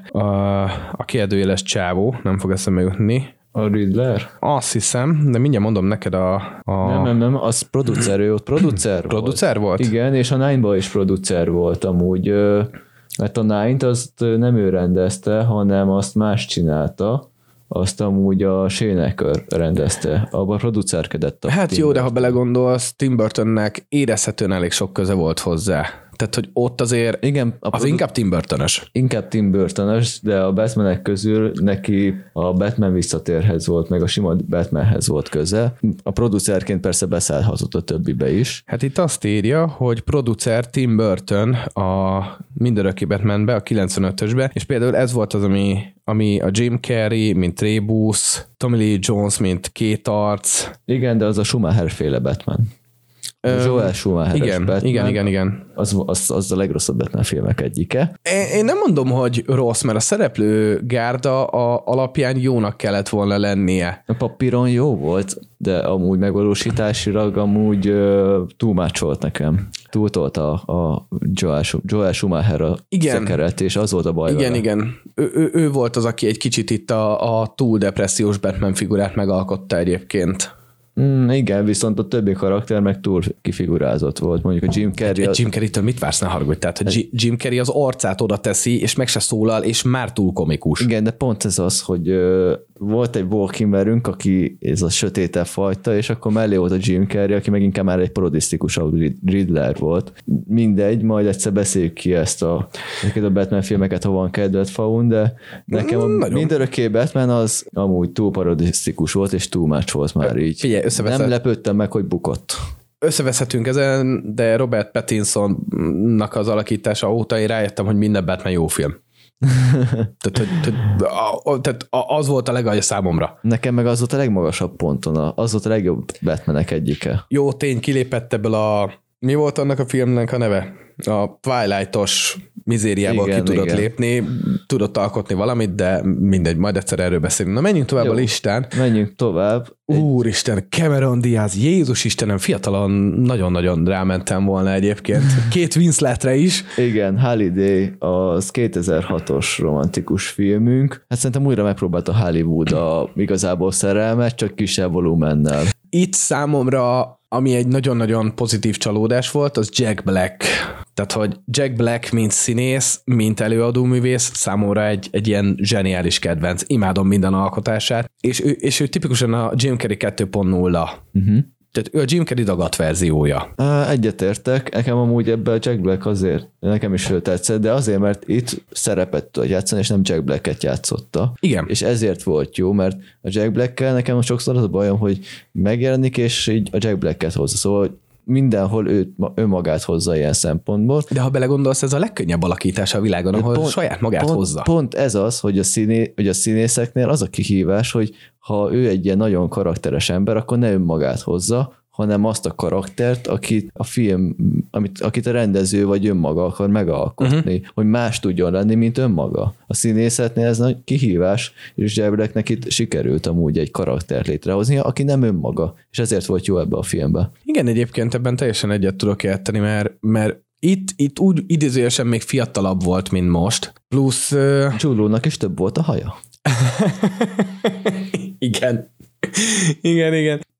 a kérdőjeles csávó, nem fog eszembe jutni. A Riddler? Azt hiszem, de mindjárt mondom neked Nem, az producer, ő ott producer volt. Producer volt? Igen, és a Nine-ban is producer volt amúgy, mert a Nine-t azt nem ő rendezte, hanem azt más csinálta, azt amúgy a Shane rendezte, abban producerkedett. Hát jó, de ha belegondolsz, Tim Burtonnek érezhetően elég sok köze volt hozzá. Tehát, hogy ott azért igen, az inkább Tim Burton-ös. Inkább Tim Burton-ös, de a Batmanek közül neki a Batman visszatérhez volt, meg a sima Batmanhez volt köze. A producerként persze beszállhatott a többibe is. Hát itt azt írja, hogy producer Tim Burton a Mindörökké Batmanbe, a 95-ösbe, és például ez volt az, ami a Jim Carrey, mint Rebus, Tommy Lee Jones, mint Két Arc. Igen, de az a Schumacher-féle Batman. Joel Schumacher-es Batman. Igen. Az a legrosszabb Batman filmek egyike. Én nem mondom, hogy rossz, mert a szereplő gárda alapján jónak kellett volna lennie. A papíron jó volt, de amúgy megvalósításilag amúgy túlmácsolt nekem. Túltolt a Joel Schumacher a szekeret, és az volt a baj vele. Igen. Ő volt az, aki egy kicsit itt a túl depressziós Batman figurát megalkotta egyébként. Igen, viszont a többi karakter meg túl kifigurázott volt. Mondjuk a Jim Carrey... Jim Carrey-től mit vársz, ne haragudj? Tehát, hogy Jim Carrey az arcát oda teszi, és meg se szólal, és már túl komikus. Igen, de pont ez az, hogy volt egy walkimmerünk, aki ez a sötétebb fajta, és akkor mellé volt a Jim Carrey, aki meg inkább már egy parodisztikusabb Riddler volt. Mindegy, majd egyszer beszéljük ki ezt a Batman filmeket, ha van kedved, Faun, de nekem a Mindörökké Batman az amúgy túl parodisztikus volt, és túl much volt már így. Figyelj, nem lepődtem meg, hogy bukott. Összeveszhetünk ezen, de Robert Pattinsonnak az alakítása óta én rájöttem, hogy minden Batman jó film. tehát az volt a legalja számomra. Nekem meg az volt a legmagasabb ponton, az volt a legjobb Batmanek egyike. Jó, tény, kilépett ebből mi volt annak a filmnek a neve? A Twilight-os mizériából ki tudott lépni, tudott alkotni valamit, de mindegy, majd egyszer erről beszélünk. Na, menjünk tovább a listán. Menjünk tovább. Úristen, Cameron Diaz, Jézus Istenem, fiatalon nagyon-nagyon rámentem volna egyébként. Kate Winsletre is. Igen, Holiday, az 2006-os romantikus filmünk. Hát szerintem újra megpróbált a Hollywood igazából szerelmet, csak kisebb volumennel. Itt számomra, ami egy nagyon-nagyon pozitív csalódás volt, az Jack Black. Tehát, hogy Jack Black, mint színész, mint előadóművész, számomra egy ilyen zseniális kedvenc. Imádom minden alkotását. És ő tipikusan a Jim Carrey 2.0. Tehát ő a Jim Carrey dagat verziója. Egyetértek. Nekem amúgy ebben a Jack Black azért, nekem is tetszett, de azért, mert itt szerepet tud játszani, és nem Jack Black-et játszotta. Igen. És ezért volt jó, mert a Jack Black-kel nekem sokszor az a bajom, hogy megjelenik, és így a Jack Black-et hozza. Szóval mindenhol önmagát hozza ilyen szempontból. De ha belegondolsz, ez a legkönnyebb alakítása a világon, ahol saját magát hozza. Pont ez az, hogy a színészeknél az a kihívás, hogy ha ő egy ilyen nagyon karakteres ember, akkor ne önmagát hozza, hanem azt a karaktert, akit a rendező vagy önmaga akar megalkotni, hogy más tudjon lenni, mint önmaga. A színészetnél ez nagy kihívás, és Jack Blacknek itt sikerült amúgy egy karaktert létrehozni, aki nem önmaga, és ezért volt jó ebbe a filmbe. Igen, egyébként ebben teljesen egyet tudok érteni, mert itt úgy idézőjelesen még fiatalabb volt, mint most. Plusz... Jude-nak is több volt a haja. Igen.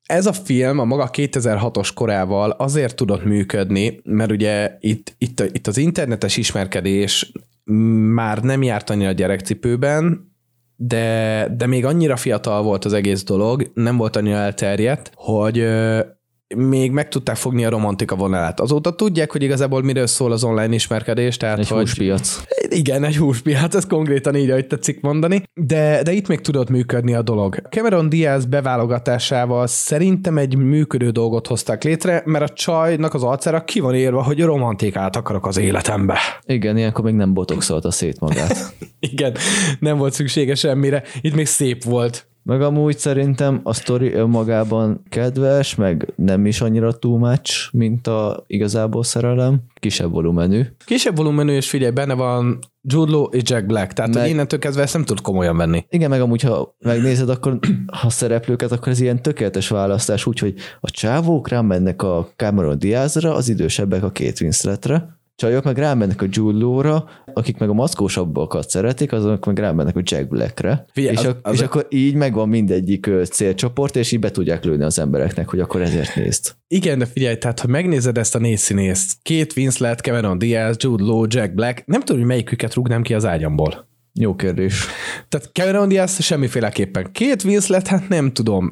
ez a film a maga 2006-os korával azért tudott működni, mert ugye itt az internetes ismerkedés már nem járt annyira gyerekcipőben, de még annyira fiatal volt az egész dolog, nem volt annyira elterjedt, hogy még meg tudták fogni a romantika vonalát. Azóta tudják, hogy igazából miről szól az online ismerkedés. Tehát, egy húspiac. Igen, egy húspiac, ez konkrétan így, ahogy tetszik mondani. De itt még tudott működni a dolog. Cameron Diaz beválogatásával szerintem egy működő dolgot hozták létre, mert a csajnak az arcára ki van írva, hogy romantikát akarok az életembe. Igen, ilyenkor még nem botoxolta szét magát. Igen, nem volt szüksége semmire. Itt még szép volt. Meg amúgy szerintem a sztori önmagában kedves, meg nem is annyira too much, mint a igazából szerelem. Kisebb volumenű. Kisebb volumenű, és figyelj, benne van Jude Law és Jack Black, tehát meg... innentől kezdve ezt nem tud komolyan venni. Igen, meg amúgy, ha megnézed, akkor ha szereplőket, akkor ez ilyen tökéletes választás, úgyhogy a csávók rámennek a Cameron Diazra, az idősebbek a Kate Winsletre, csajok meg rámennek a Jude Law-ra, akik meg a maszkósabbakat szeretik, azok meg rámennek a Jack Blackre. Figyelj, és akkor így megvan mindegyik célcsoport, és így be tudják lőni az embereknek, hogy akkor ezért nézd. Igen, de figyelj, tehát ha megnézed ezt a 4 színészt, Kate Winslet, Cameron Diaz, Jude Law, Jack Black, nem tudom, hogy melyiküket rúgnám ki az ágyamból. Jó kérdés. Tehát Cameron Diaz semmiféleképpen. Kate Winslet, hát nem tudom.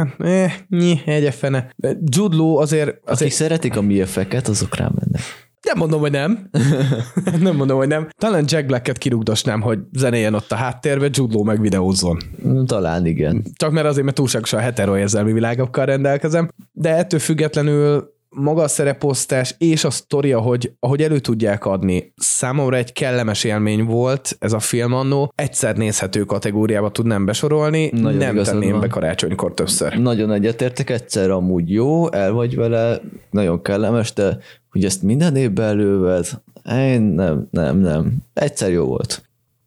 Egyefene. Jude Law azért... Akik szeretik a milfeket, azok rámennek. Nem mondom, hogy nem. Nem mondom, hogy nem. Talán Jack Blacket kirúgdosnám, hogy zenéjen ott a háttérbe, Jude Law meg videózzon. Talán igen. Csak mert túlságosan heteroérzelmi világokkal rendelkezem. De ettől függetlenül maga a szereposztás és a sztori, ahogy elő tudják adni, számomra egy kellemes élmény volt ez a film annó. Egyszer nézhető kategóriába tudnám besorolni, nagyon nem tenném be karácsonykor többször. Nagyon egyetértek, egyszer amúgy jó, el vagy vele, nagyon kellemes, de hogy ezt minden évben előved, én nem. Egyszer jó volt.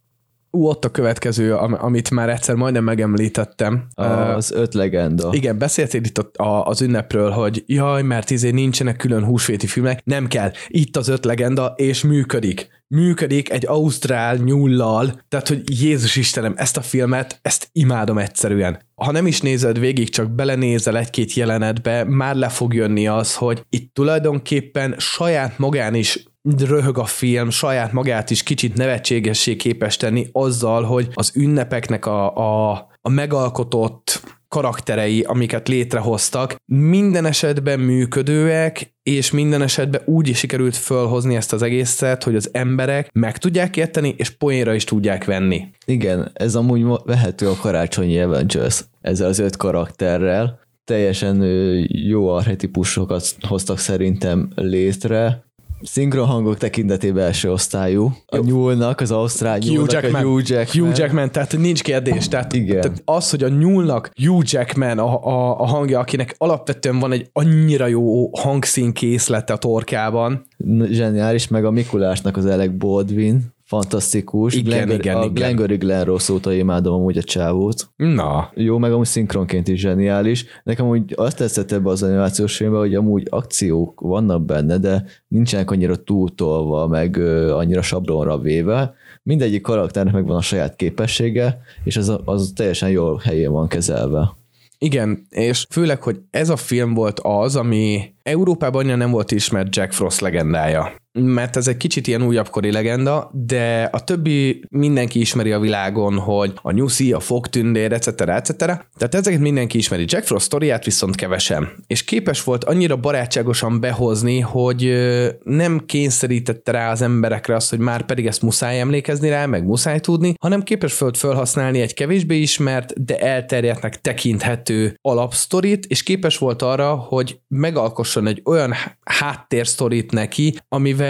Ott a következő, amit már egyszer majdnem megemlítettem. Az 5 legenda. Igen, beszéltél itt az ünnepről, hogy jaj, mert nincsenek külön húsvéti filmek. Nem kell. Itt az 5 legenda, és működik. Működik egy ausztrál nyullal, tehát, hogy Jézus Istenem, ezt a filmet, ezt imádom egyszerűen. Ha nem is nézed végig, csak belenézel egy-két jelenetbe, már le fog jönni az, hogy itt tulajdonképpen saját magán is röhög a film, saját magát is kicsit nevetségessé képes tenni azzal, hogy az ünnepeknek a megalkotott karakterei, amiket létrehoztak, minden esetben működőek, és minden esetben úgy is sikerült fölhozni ezt az egészet, hogy az emberek meg tudják érteni, és poénra is tudják venni. Igen, ez amúgy vehető a karácsonyi Avengers ezzel az 5 karakterrel. Teljesen jó archetipusokat hoztak szerintem létre. Szinkronhangok tekintetében első osztályú. A nyúlnak, az ausztrál nyúlnak, a Hugh Jackman, tehát nincs kérdés. Tehát az, hogy a nyúlnak Hugh Jackman a hangja, akinek alapvetően van egy annyira jó hangszínkészlete a torkában. Zseniális, meg a Mikulásnak az Alec Baldwin. Fantasztikus. Igen. Glengarry Glen Ross óta imádom amúgy a csávót. Na. Jó, meg amúgy szinkronként is zseniális. Nekem úgy azt tetszett ebbe az animációs filmben, hogy amúgy akciók vannak benne, de nincsenek annyira túltolva, meg annyira sablonra véve. Mindegyik karakternek megvan a saját képessége, és az teljesen jól helyén van kezelve. Igen, és főleg, hogy ez a film volt az, ami Európában annyira nem volt ismert Jack Frost legendája. Mert ez egy kicsit ilyen újabbkori legenda, de a többi mindenki ismeri a világon, hogy a nyuszi, a fogtündér, etc. Tehát ezeket mindenki ismeri. Jack Frost sztoriát viszont kevesen. És képes volt annyira barátságosan behozni, hogy nem kényszerítette rá az emberekre azt, hogy már pedig ezt muszáj emlékezni rá, meg muszáj tudni, hanem képes volt felhasználni egy kevésbé ismert, de elterjedtnek tekinthető alapsztorit, és képes volt arra, hogy megalkosson egy olyan háttérsztorit neki, amivel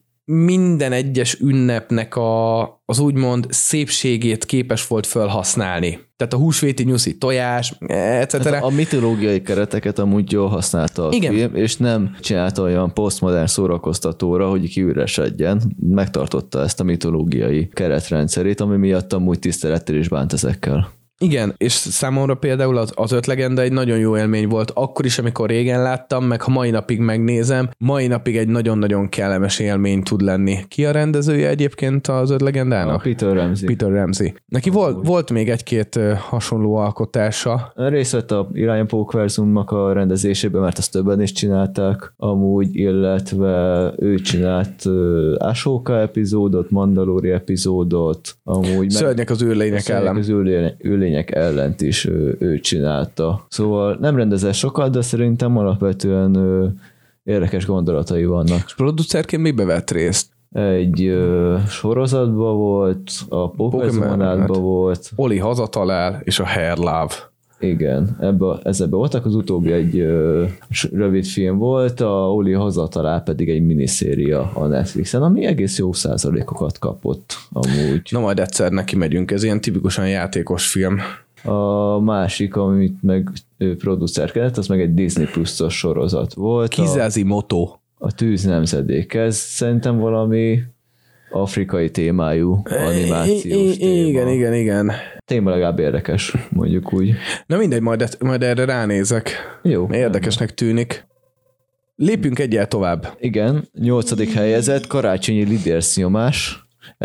minden egyes ünnepnek az úgymond szépségét képes volt felhasználni. Tehát a húsvéti nyuszi tojás, etc. Hát a mitológiai kereteket amúgy jól használta a film, és nem csinálta olyan posztmodern szórakoztatóra, hogy kiüresedjen. Megtartotta ezt a mitológiai keretrendszerét, ami miatt amúgy tisztelettel is bánt ezekkel. Igen, és számomra például az 5 legenda egy nagyon jó élmény volt, akkor is, amikor régen láttam, meg ha mai napig megnézem, mai napig egy nagyon-nagyon kellemes élmény tud lenni. Ki a rendezője egyébként az 5 legendának? Peter Ramsey. Peter Ramsey. Neki volt még egy-két hasonló alkotása. Részt vett a Irányom Pókverzumnak a rendezésében, mert azt többen is csinálták amúgy, illetve ő csinált Ahsoka epizódot, Mandalori epizódot, amúgy Szörnyek az űrlények ellen. Az űrlények ellent is ő csinálta. Szóval nem rendezett sokat, de szerintem alapvetően érdekes gondolatai vannak. És producerként mibe vett részt? Egy sorozatban volt, a Pókverzumánátban volt. Oli hazatalál, és a Hair Love. Igen, ezekben voltak, az utóbbi egy rövid film volt, a Oli hazatalál pedig egy miniszéria a Netflixen, ami egész jó százalékokat kapott amúgy. Na majd egyszer neki megyünk, ez ilyen tipikusan játékos film. A másik, amit meg producerkedett, az meg egy Disney Plus-os sorozat volt. Kizazimoto. A Tűz nemzedék. Ez szerintem valami afrikai témájú animációs téma. Igen. Téma legalább érdekes, mondjuk úgy. Na mindegy, majd erre ránézek. Jó. Érdekesnek tűnik. Lépjünk egyel tovább. Igen, 8. helyezett, Karácsonyi lidérc nyomás,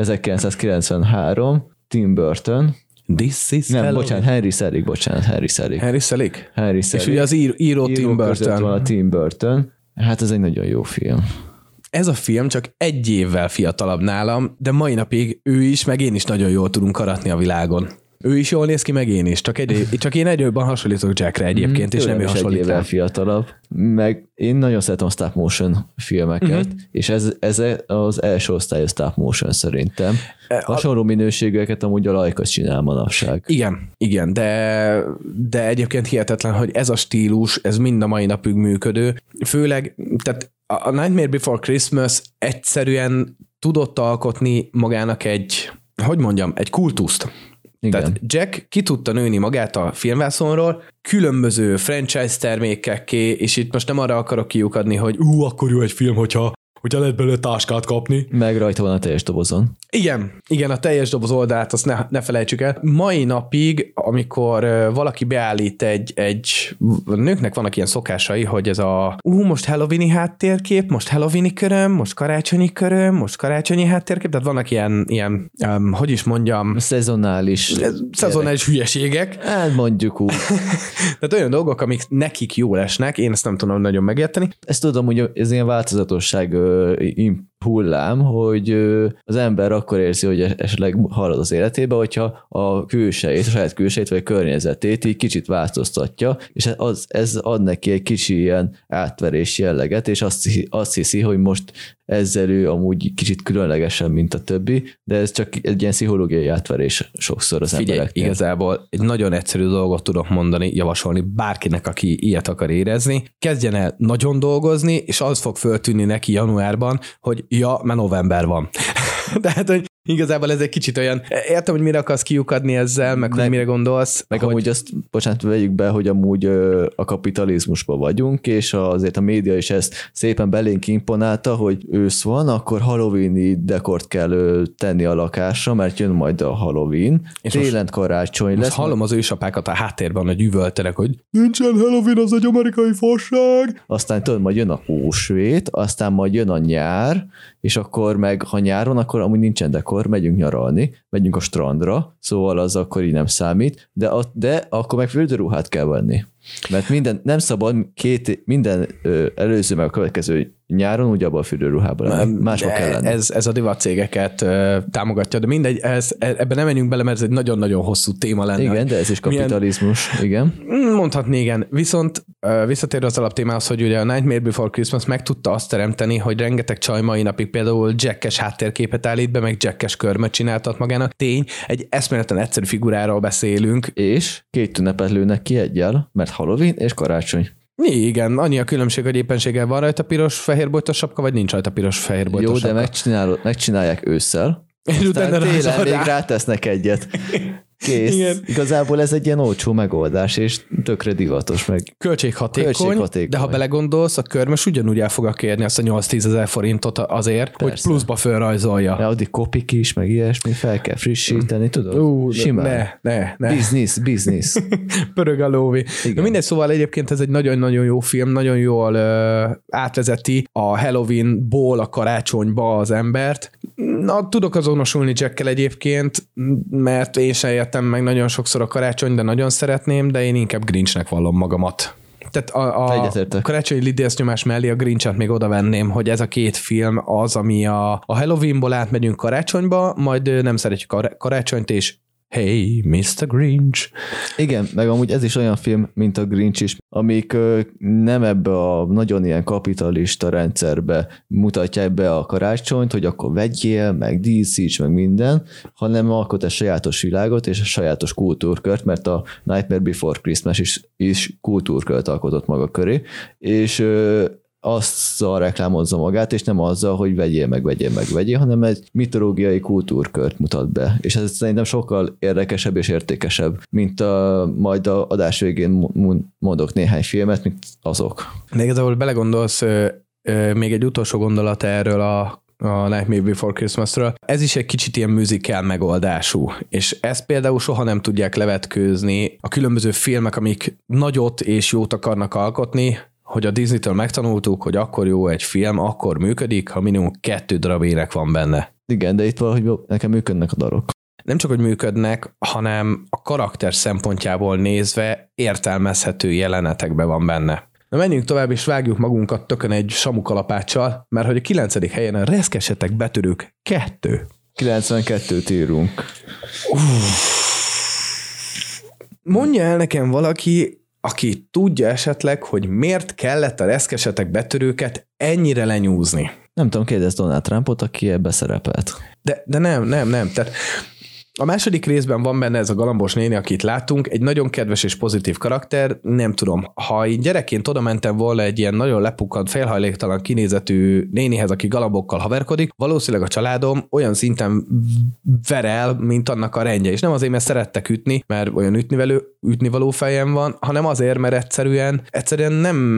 1993, Tim Burton. This is Henry Selick. És ugye az író Tim Burton. Van a Tim Burton. Hát ez egy nagyon jó film. Ez a film csak egy évvel fiatalabb nálam, de mai napig ő is, meg én is nagyon jól tudunk karatni a világon. Ő is jól néz ki, meg én is. Csak én jobban hasonlítok Jackre egyébként, és nem ő hasonlít egy évvel fiatalabb. Meg én nagyon szeretem a stop motion filmeket, és ez az első osztályos stop motion szerintem. Hasonló minőségűeket amúgy a Laika csinál manapság. Igen, de egyébként hihetetlen, hogy ez a stílus, ez mind a mai napig működő. Főleg, tehát a Nightmare Before Christmas egyszerűen tudott alkotni magának egy kultuszt. Igen. Tehát Jack ki tudta nőni magát a filmvászonról, különböző franchise termékekké, és itt most nem arra akarok kiukadni, hogy akkor jó egy film, hogyha lehet belőle táskát kapni. Meg rajta van a teljes dobozon. Igen, a teljes doboz oldalát, azt ne felejtsük el. Mai napig, amikor valaki beállít egy nőknek vannak ilyen szokásai, hogy ez most Halloweeni háttérkép, most Halloweeni köröm, most karácsonyi köröm, most karácsonyi háttérkép, tehát vannak ilyen hogy is mondjam, szezonális hülyeségek. Hát mondjuk úgy. Tehát olyan dolgok, amik nekik jól esnek, én ezt nem tudom nagyon megérteni. Ezt tudom, hogy ez ilyen változatosság hullám, hogy az ember akkor érzi, hogy esetleg halad az életébe, hogyha a saját külsejét vagy a környezetét így kicsit változtatja, és ez ad neki egy kicsi ilyen átverés jelleget, és azt hiszi, hogy most ezzel ő amúgy kicsit különlegesen, mint a többi, de ez csak egy ilyen pszichológiai átverés sokszor az embereknél. Igazából egy nagyon egyszerű dolgot tudok mondani, javasolni bárkinek, aki ilyet akar érezni. Kezdjen el nagyon dolgozni, és az fog föltűnni neki januárban, hogy már november van. Tehát, hogy igazából ez egy kicsit olyan, értem, hogy mire akarsz kiukadni ezzel, meg hogy mire gondolsz. Meg amúgy azt, vegyük be, hogy amúgy a kapitalizmusban vagyunk, és azért a média is ezt szépen belénk imponálta, hogy ősz van, akkor halloweeni dekort kell tenni a lakásra, mert jön majd a Halloween, és télen karácsony lesz. Hallom az ősapákat a háttérben, hogy üvöltenek, hogy nincsen Halloween, az egy amerikai fasság. Aztán tudod, majd jön a húsvét, aztán majd jön a nyár, és akkor meg, ha nyáron, akkor amúgy nincsen dekor, megyünk nyaralni, megyünk a strandra, szóval az akkor így nem számít, de akkor meg fürdőruhát kell venni. Mert nem szabad minden előző meg a következő nyáron úgy abban a fürdőruhában lenni. Másba kell lenni. Ez a divat cégeket támogatja, de mindegy, ebben nem menjünk bele, mert ez egy nagyon-nagyon hosszú téma lenne. Igen, de ez is kapitalizmus, igen. Mondhatni, igen. Viszont visszatérve az alaptémához, hogy ugye a Nightmare Before Christmas meg tudta azt teremteni, hogy rengeteg csaj mai napig például Jack-es háttérképet állít be, meg Jack-es körmöt csináltat magának. Tény, egy eszméleten egyszerű figuráról beszélünk. És 2 ünnepet lőnek ki egyel, mert Halloween és karácsony. Igen, annyi a különbség, hogy éppenséggel van rajta piros-fehérbojtos sapka, vagy nincs rajta piros-fehérbojtos sapka. Jó, de megcsinálják ősszel, és aztán télen még rátesznek egyet. Kész. Igen. Igazából ez egy ilyen olcsó megoldás, és tökre divatos meg. Költséghatékony, de ha belegondolsz, a Körmös ugyanúgy el fogja kérni azt a 8-10 ezer forintot azért, persze, hogy pluszba fölrajzolja. De addig kopik is, meg ilyesmi, fel kell frissíteni, tudod? Simán. Ne. Business. Pörög a lóvé. Na mindegy, szóval egyébként ez egy nagyon-nagyon jó film, nagyon jól átvezeti a Halloween-ból a karácsonyba az embert. Na, tudok azonosulni Jackkel egyébként, mert én sem értem meg nagyon sokszor a karácsony, de nagyon szeretném, de én inkább Grinchnek vallom magamat. Tehát a karácsonyi lidércnyomás mellé a Grinchet még oda venném, hogy ez a két film az, ami a Halloweenból átmegyünk karácsonyba, majd nem szeretjük a karácsonyt, és Hey, Mr. Grinch. Igen, meg amúgy ez is olyan film, mint a Grinch is, amik nem ebbe a nagyon ilyen kapitalista rendszerbe mutatják be a karácsonyt, hogy akkor vegyél, meg díszíts, meg minden, hanem alkot egy sajátos világot és a sajátos kultúrkört, mert a Nightmare Before Christmas is kultúrkört alkotott maga köré, és azzal reklámozza magát, és nem azzal, hogy vegyél, hanem egy mitológiai kultúrkört mutat be. És ez szerintem sokkal érdekesebb és értékesebb, mint majd a adás végén mondok néhány filmet, mint azok. De igazából belegondolsz, még egy utolsó gondolat erről a Nightmare Before Christmasről. Ez is egy kicsit ilyen musical megoldású, és ezt például soha nem tudják levetkőzni a különböző filmek, amik nagyot és jót akarnak alkotni, hogy a Disney-től megtanultuk, hogy akkor jó egy film, akkor működik, ha minimum 2 darab ének van benne. Igen, de itt valahogy nekem működnek a darok. Nem csak, hogy működnek, hanem a karakter szempontjából nézve értelmezhető jelenetekbe van benne. Na menjünk tovább, és vágjuk magunkat tökön egy samukalapáccsal, mert hogy a 9. helyen a Reszkesetek betörők 2. 92-t írunk. Mondja el nekem valaki, aki tudja esetleg, hogy miért kellett a Reszkesetek betörőket ennyire lenyúzni. Nem tudom, kérdezz Donald Trumpot, aki ebbe szerepelt. De nem. Tehát a második részben van benne ez a galambos néni, akit láttunk, egy nagyon kedves és pozitív karakter, nem tudom, ha én gyerekként oda mentem volna egy ilyen nagyon lepukkant, félhajléktalan kinézetű nénihez, aki galambokkal haverkodik, valószínűleg a családom olyan szinten ver el, mint annak a rendje, és nem azért, mert szerettek ütni, mert olyan ütnivaló fejem van, hanem azért, mert egyszerűen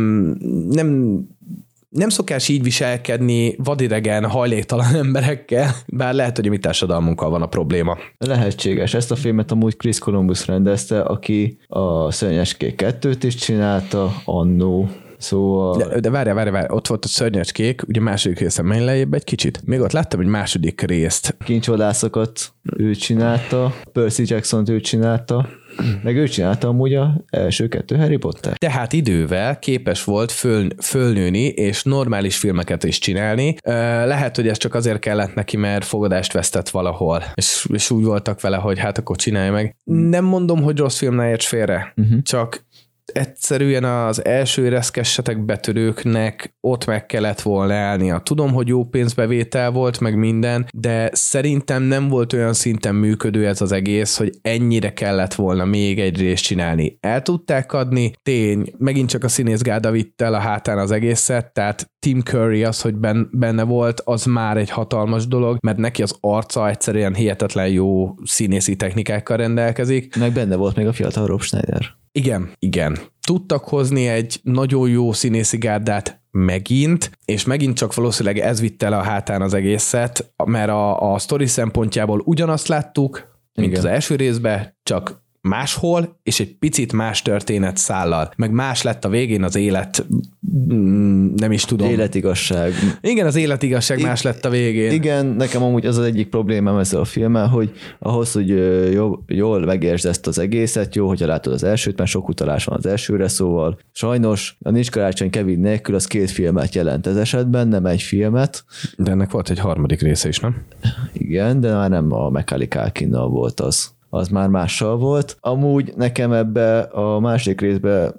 nem szokás így viselkedni vadidegen, hajléktalan emberekkel, bár lehet, hogy a mi társadalmunkkal van a probléma. Lehetséges. Ezt a filmet amúgy Chris Columbus rendezte, aki a Szörnyecskék 2-t is csinálta annó. Szóval... De várjál, ott volt a Szörnyecskék, ugye második részen menj lejjebb egy kicsit. Még ott láttam egy második részt. Kincsodászokat ő csinálta, Percy Jackson-t ő csinálta, meg ő csinálta amúgy az első 2 Harry Potter. Tehát idővel képes volt fölnőni, és normális filmeket is csinálni. Lehet, hogy ez csak azért kellett neki, mert fogadást vesztett valahol, és úgy voltak vele, hogy hát akkor csinálj meg. Nem mondom, hogy rossz film, ne érts félre, csak egyszerűen az első Reszkesetek betörőknek ott meg kellett volna állnia. Tudom, hogy jó pénzbevétel volt, meg minden, de szerintem nem volt olyan szinten működő ez az egész, hogy ennyire kellett volna még egy részt csinálni. El tudták adni, tény, megint csak a színészgárda vitt el a hátán az egészet, tehát Tim Curry az, hogy benne volt, az már egy hatalmas dolog, mert neki az arca egyszerűen hihetetlen jó színészi technikákkal rendelkezik. Meg benne volt még a fiatal Rob Schneider. Igen. Tudtak hozni egy nagyon jó színészi gárdát megint, és megint csak valószínűleg ez vitte el a hátán az egészet, mert a sztori szempontjából ugyanazt láttuk, mint az első részben, csak máshol, és egy picit más történet szállal. Meg más lett a végén az élet, nem is tudom. Életigasság. Igen, az életigasság más lett a végén. Igen, nekem amúgy az egyik problémám ezzel a filmmel, hogy ahhoz, hogy jól megértsd ezt az egészet, jó, hogyha látod az elsőt, mert sok utalás van az elsőre, szóval sajnos a Nincs karácsony Kevin nélkül az 2 filmet jelent ez esetben, nem egy filmet. De ennek volt egy 3. része is, nem? Igen, de már nem a Macaulay Culkinnal volt az már mással volt. Amúgy nekem ebbe a második részbe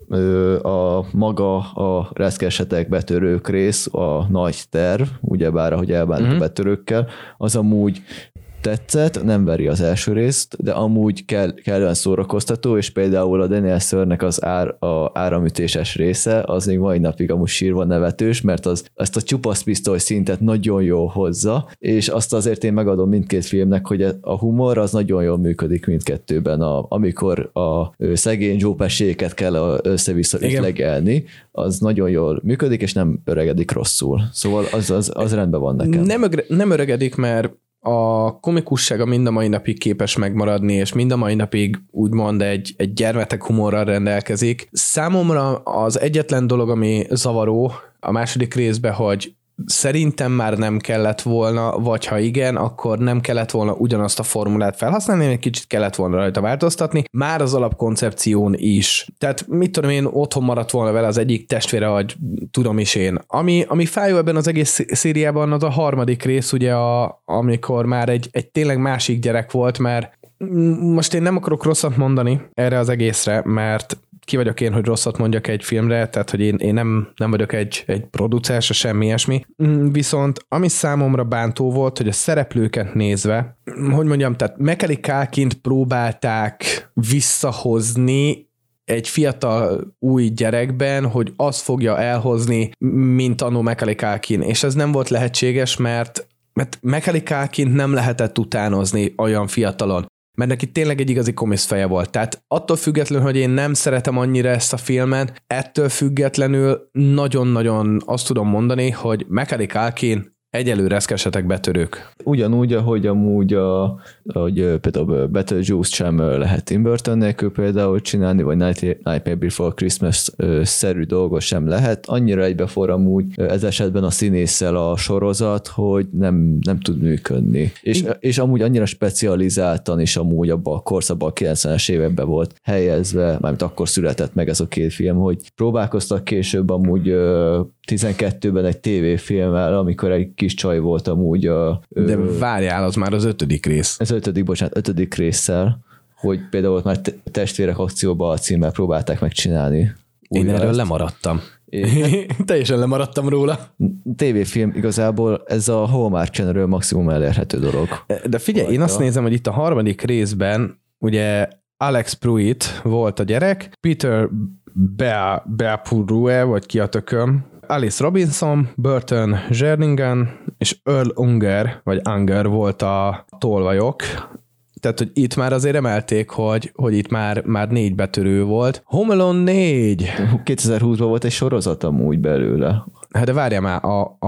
a Reszkesetek betörők rész, a nagy terv, ugyebár ahogy elbánnak a betörőkkel, az amúgy tetszett, nem veri az első részt, de amúgy kellően szórakoztató, és például a Daniel Sternnek az áramütéses része, az még mai napig amúgy sírva nevetős, mert ezt a csupaszpisztoly szintet nagyon jól hozza, és azt azért én megadom mindkét filmnek, hogy a humor az nagyon jól működik mindkettőben, amikor a szegény Joe Pesci-ket kell össze-vissza ütlegelni, az nagyon jól működik, és nem öregedik rosszul. Szóval az rendben van nekem. Nem öregedik, mert a komikussága mind a mai napig képes megmaradni, és mind a mai napig úgymond egy gyermetek humorral rendelkezik. Számomra az egyetlen dolog, ami zavaró a második részben, hogy szerintem már nem kellett volna, vagy ha igen, akkor nem kellett volna ugyanazt a formulát felhasználni, egy kicsit kellett volna rajta változtatni, már az alapkoncepción is. Tehát mit tudom én, otthon maradt volna vele az egyik testvére, vagy tudom is én. Ami fájó ebben az egész szériában, az a harmadik rész, ugye, amikor már egy tényleg másik gyerek volt, mert most én nem akarok rosszat mondani erre az egészre, mert ki vagyok én, hogy rosszat mondjak egy filmre, tehát hogy én nem vagyok egy producer, se semmi ilyesmi. Viszont ami számomra bántó volt, hogy a szereplőket nézve, hogy mondjam, tehát Macaulay Culkint próbálták visszahozni egy fiatal új gyerekben, hogy azt fogja elhozni, mint annó Macaulay Culkin, és ez nem volt lehetséges, mert Macaulay Culkint nem lehetett utánozni olyan fiatalon, mert neki tényleg egy igazi komisz feje volt. Tehát attól függetlenül, hogy én nem szeretem annyira ezt a filmet, ettől függetlenül nagyon-nagyon azt tudom mondani, hogy Macaulay Culkin egyelőre reszkesetek betörők. Ugyanúgy, ahogy amúgy hogy például Beetlejuice sem lehet Tim Burton nélkül például csinálni, vagy Nightmare Before Christmas-szerű dolgot sem lehet. Annyira egybefor amúgy ez esetben a színésszel a sorozat, hogy nem tud működni. És amúgy annyira specializáltan is amúgy abban a korszakban, a 90-es években volt helyezve, mármint akkor született meg ez a két film, hogy próbálkoztak később amúgy 12-ben egy tévéfilmmel, amikor egy kis csaj volt amúgy de várjál, az már az 5. rész. Ez 5. résszel, hogy például ott már testvérek akcióba a címmel próbálták megcsinálni. Én erről lemaradtam. Teljesen lemaradtam róla. tévéfilm igazából ez a Hallmark Channelről maximum elérhető dolog. De figyelj, én azt nézem, hogy itt a harmadik részben ugye Alex Pruitt volt a gyerek, Peter Beapurue, vagy ki a tököm, Alice Robinson, Burton Jerningen és Earl Unger volt a tolvajok. Tehát, hogy itt már azért emelték, hogy itt már 4 betörő volt. Home Alone 4! 2020-ban volt egy sorozat amúgy belőle. Hát de várjál már,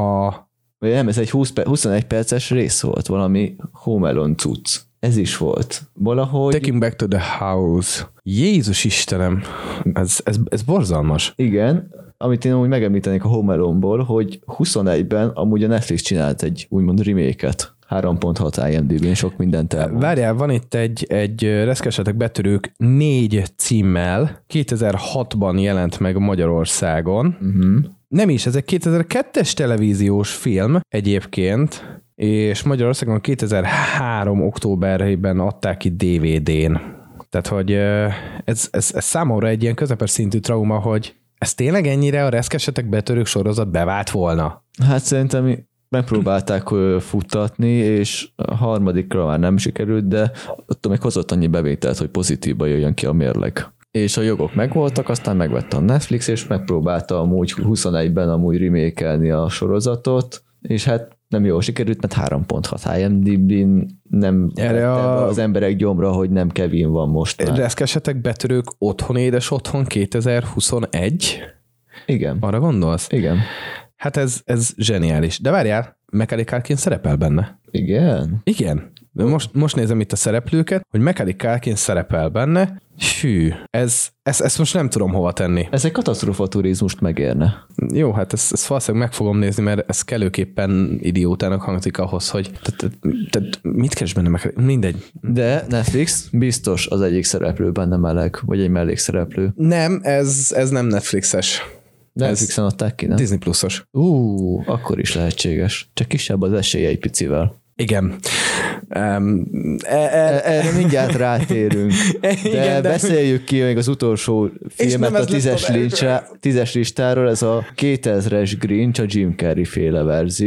nem, ez egy 21 perces rész volt, valami Home Alone cucc. Ez is volt. Valahogy... Taking Back to the House. Jézus Istenem, ez borzalmas. Igen, amit én amúgy megemlítenék a Home Alone-ból, hogy 21-ben amúgy a Netflix csinált egy úgymond remake-et. 3.6 IMDb-n sok mindent elmond. Várjál, van itt egy Reszkesetek betörők 4 címmel, 2006-ban jelent meg Magyarországon. Nem is, ez egy 2002-es televíziós film egyébként, és Magyarországon 2003. októberében adták ki DVD-n. Tehát, hogy ez számomra egy ilyen közepes szintű trauma, hogy ez tényleg ennyire a Reszkesetek betörők sorozat bevált volna? Hát szerintem megpróbálták futtatni, és a harmadikra már nem sikerült, de attól még hozott annyi bevételt, hogy pozitívba jöjjön ki a mérleg. És a jogok megvoltak, aztán megvette a Netflix, és megpróbálta amúgy 21-ben amúgy remake-elni a sorozatot, és hát nem jól sikerült, mert 3.6 IMDb-n nem az emberek gyomra, hogy nem Kevin van most már. Reszkesetek betörők édes otthon 2021? Igen. Arra gondolsz? Igen. Hát ez zseniális. De várjál, Macaulay Culkin szerepel benne. Igen? Igen. Most nézem itt a szereplőket, hogy Macaulay Culkin szerepel benne. Hű, ezt most nem tudom hova tenni. Ez egy katasztrófa turizmust megérne. Jó, hát ezt valószínűleg meg fogom nézni, mert ez kellőképpen idiótának hangzik ahhoz, hogy tehát mit keres benne meg? Mindegy. De Netflix biztos az egyik szereplő benne meleg, vagy egy mellékszereplő. Nem, ez nem Netflixes. Netflixen adták ki, nem? Disney Plusos. Akkor is lehetséges. Csak kisebb az esélye egy picivel. Igen. Erre mindjárt rátérünk. De beszéljük ki még az utolsó filmet a 10-es listáról, ez a 2000-es Grinch, a Jim Carrey féle verzió,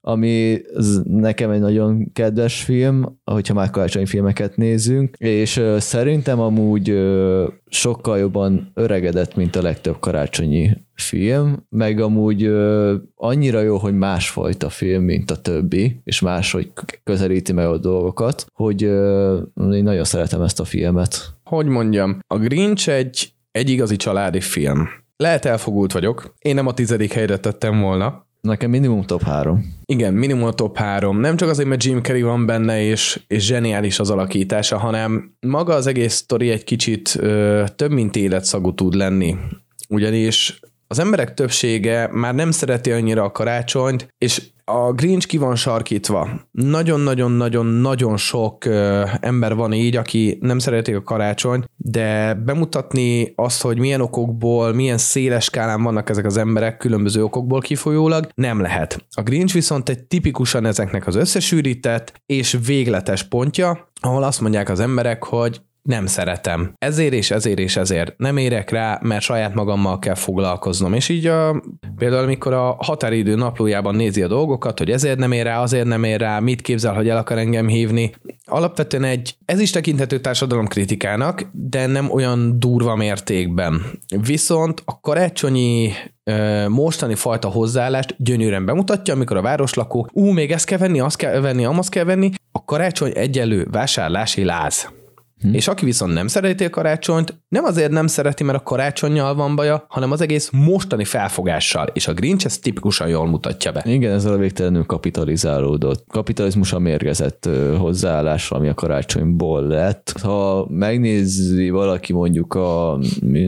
ami nekem egy nagyon kedves film, hogyha már karácsonyi filmeket nézünk, és szerintem amúgy sokkal jobban öregedett, mint a legtöbb karácsonyi film, meg amúgy annyira jó, hogy másfajta film, mint a többi, és máshogy közelíti meg a dolgokat, hogy én nagyon szeretem ezt a filmet. Hogy mondjam, a Grinch egy igazi családi film. Lehet elfogult vagyok, én nem a 10. helyre tettem volna. Nekem minimum top 3. Igen, minimum a top 3. Nem csak azért, mert Jim Carrey van benne, és zseniális az alakítása, hanem maga az egész sztori egy kicsit több, mint életszagú tud lenni. Ugyanis az emberek többsége már nem szereti annyira a karácsonyt, és a Grinch ki van sarkítva. Nagyon-nagyon-nagyon-nagyon sok ember van így, aki nem szereti a karácsonyt, de bemutatni azt, hogy milyen okokból, milyen széles skálán vannak ezek az emberek különböző okokból kifolyólag, nem lehet. A Grinch viszont egy tipikusan ezeknek az összesűrített és végletes pontja, ahol azt mondják az emberek, hogy nem szeretem. Ezért nem érek rá, mert saját magammal kell foglalkoznom. És így például amikor a határidő naplójában nézi a dolgokat, hogy ezért nem ér rá, azért nem ér rá, mit képzel, hogy el akar engem hívni. Alapvetően ez is tekinthető társadalomkritikának, de nem olyan durva mértékben. Viszont a karácsonyi mostani fajta hozzáállást gyönyörűen bemutatja, amikor a városlakó, még ezt kell venni, azt kell venni, azt kell venni, a karácsony egyenlő vásárlási láz. És aki viszont nem szereti a karácsonyt, nem azért nem szereti, mert a karácsonnyal van baja, hanem az egész mostani felfogással, és a Grinch ezt tipikusan jól mutatja be. Igen, ezzel a végtelenül kapitalizálódott. Kapitalizmusra mérgezett hozzáállás, ami a karácsonyból lett. Ha megnézi valaki mondjuk a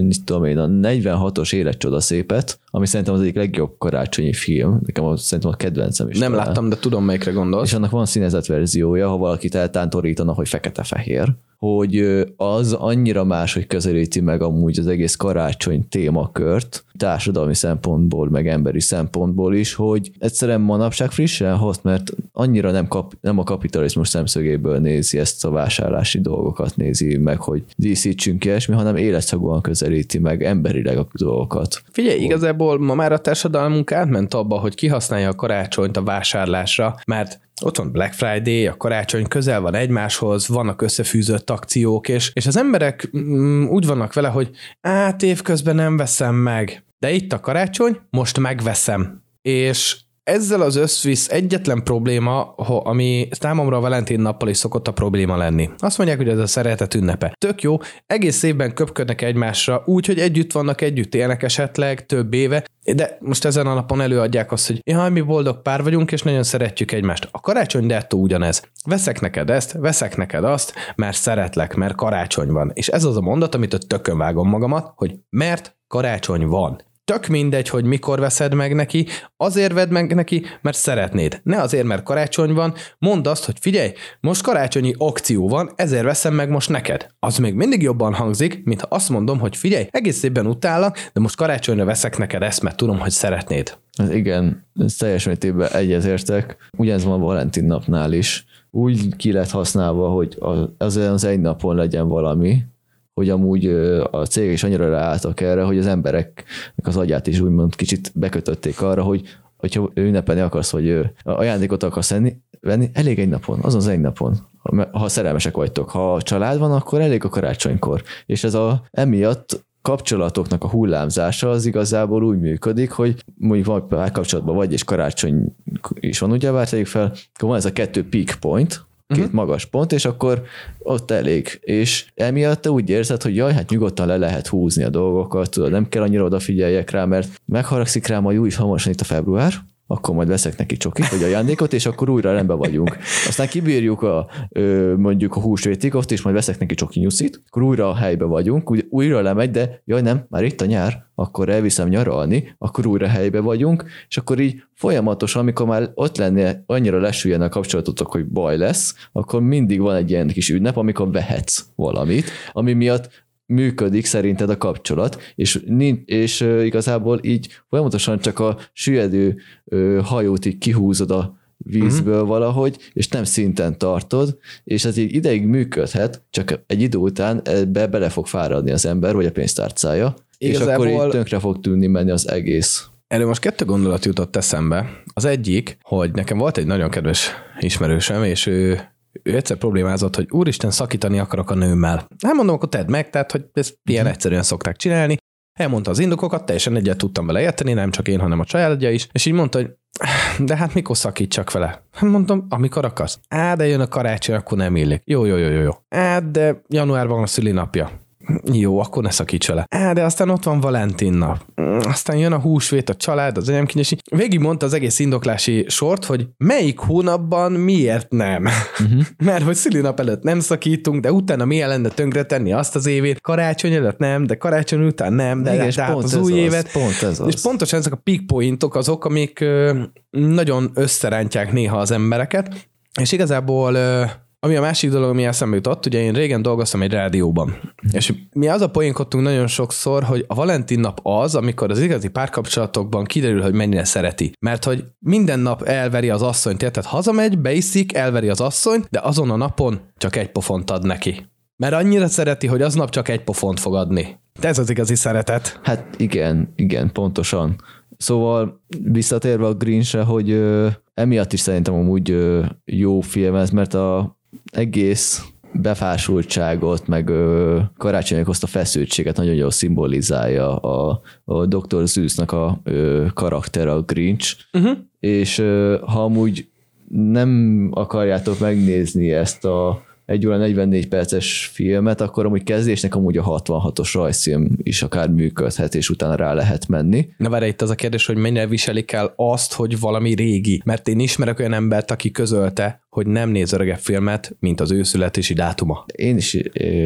46-os Életcsoda szépet, ami szerintem az egyik legjobb karácsonyi film, nekem szerintem a kedvencem is. Nem talán. Láttam, de tudom, melyikre gondolsz. És annak van színezett verziója, ha valakit eltántorítanak, hogy fekete-fehér, hogy az annyira máshogy közelíti meg amúgy az egész karácsony témakört, társadalmi szempontból, meg emberi szempontból is, hogy egyszerűen manapság frissen hoz, mert annyira nem a kapitalizmus szemszögéből nézi ezt a vásárlási dolgokat, nézi meg, hogy díszítsünk ilyesmi, hanem életszagúan közelíti meg emberileg a dolgokat. Figyelj, igazából ma már a társadalmunk átment abba, hogy kihasználja a karácsonyt a vásárlásra, mert ott van Black Friday, a karácsony közel van egymáshoz, vannak összefűzött akciók, és az emberek úgy vannak vele, hogy évközben nem veszem meg, de itt a karácsony, most megveszem. És ezzel az összvisz egyetlen probléma, ami számomra a Valentin nappal is szokott a probléma lenni. Azt mondják, hogy ez a szeretet ünnepe. Tök jó, egész évben köpködnek egymásra, úgy, hogy együtt vannak, együtt élnek esetleg több éve, de most ezen a napon előadják azt, hogy jaj, mi boldog pár vagyunk, és nagyon szeretjük egymást. A karácsony dettó ugyanez. Veszek neked ezt, veszek neked azt, mert szeretlek, mert karácsony van. És ez az a mondat, amit a tökön vágom magamat, hogy mert karácsony van. Tök mindegy, hogy mikor veszed meg neki, azért vedd meg neki, mert szeretnéd. Ne azért, mert karácsony van, mondd azt, hogy figyelj, most karácsonyi akció van, ezért veszem meg most neked. Az még mindig jobban hangzik, mint ha azt mondom, hogy figyelj, egész évben utállak, de most karácsonyra veszek neked ezt, mert tudom, hogy szeretnéd. Igen, teljes mértékben egyetértek. Ugyanez van a Valentin napnál is. Úgy ki lett használva, hogy az egy napon legyen valami, hogy amúgy a cégek is annyira ráálltak erre, hogy az embereknek az agyát is úgymond kicsit bekötötték arra, hogyha ünnepelni akarsz, vagy ajándékot akarsz venni, elég egy napon, azon az egy napon. Ha szerelmesek vagytok, ha család van, akkor elég a karácsonykor. És ez emiatt kapcsolatoknak a hullámzása az igazából úgy működik, hogy mondjuk párkapcsolatban vagy, és karácsony is van, ugye vártjuk fel, akkor van ez a 2 peak point, 2 magas pont, és akkor ott elég. És emiatt te úgy érzed, hogy jaj, hát nyugodtan le lehet húzni a dolgokat, tudod, nem kell annyira odafigyeljek rá, mert megharagszik rá majd új hamarosan itt a február, akkor majd veszek neki csokit, vagy ajándékot, és akkor újra rendben vagyunk. Aztán kibírjuk mondjuk a húsvétig, ott is majd veszek neki csoki nyuszit, akkor újra a helybe vagyunk, újra lemegy, de jaj nem, már itt a nyár, akkor elviszem nyaralni, akkor újra helybe vagyunk, és akkor így folyamatosan, amikor már ott lennél, annyira lesüljen a kapcsolatotok, hogy baj lesz, akkor mindig van egy ilyen kis ünnep, amikor vehetsz valamit, ami miatt működik szerinted a kapcsolat, és igazából így folyamatosan csak a süllyedő hajót így kihúzod a vízből valahogy, és nem szinten tartod, és ez így ideig működhet, csak egy idő után bele fog fáradni az ember, vagy a pénztárcája, igazából, és akkor így tönkre fog tűnni menni az egész. Erről most 2 gondolat jutott eszembe. Az egyik, hogy nekem volt egy nagyon kedves ismerősöm, és ő egyszer problémázott, hogy úristen, szakítani akarok a nőmmel. Hát mondom, akkor tedd meg, tehát hogy ezt ilyen egyszerűen szokták csinálni. Elmondta az indokokat, teljesen egyet tudtam vele érteni, nem csak én, hanem a családja is, és így mondta, hogy de hát mikor szakítsak vele? Hát mondtam, amikor akarsz. De jön a karácsony, akkor nem illik. Jó. De januárban a szülinapja. Jó, akkor ne szakíts vele. De aztán ott van Valentin nap. Aztán jön a húsvét, a család, az anyám és végig mondta az egész indoklási sort, hogy melyik hónapban miért nem. Mert hogy szülinap előtt nem szakítunk, de utána milyen lenne tönkretenni azt az évét, karácsony előtt nem, de karácsony után nem, de igen, hát az új évet. Pont ez az. És pontosan ezek a peak pointok azok, amik nagyon összerántják néha az embereket, és igazából ami a másik dolog, ami eszembe jutott, ugye én régen dolgoztam egy rádióban, és mi az a poénkodtunk nagyon sokszor, hogy a Valentin nap az, amikor az igazi párkapcsolatokban kiderül, hogy mennyire szereti. Mert hogy minden nap elveri az asszonyt, tehát hazamegy, beiszik, elveri az asszonyt, de azon a napon csak egy pofont ad neki. Mert annyira szereti, hogy aznap csak egy pofont fog adni. De ez az igazi szeretet. Hát igen, pontosan. Szóval visszatérve a Grinchre, hogy emiatt is szerintem amúgy jó film ez, mert a egész befásultságot, meg karácsonyra hozta feszültséget nagyon jól szimbolizálja a Dr. Seussnak a karakter, a Grinch, és ha amúgy nem akarjátok megnézni ezt a 1 óra 44 perces filmet, akkor amúgy kezdésnek amúgy a 66-os rajzfilm is akár működhet, és utána rá lehet menni. Na várj, itt az a kérdés, hogy mennyire viselik el azt, hogy valami régi. Mert én ismerek olyan embert, aki közölte, hogy nem néz öregebb filmet, mint az ő születési dátuma. Én is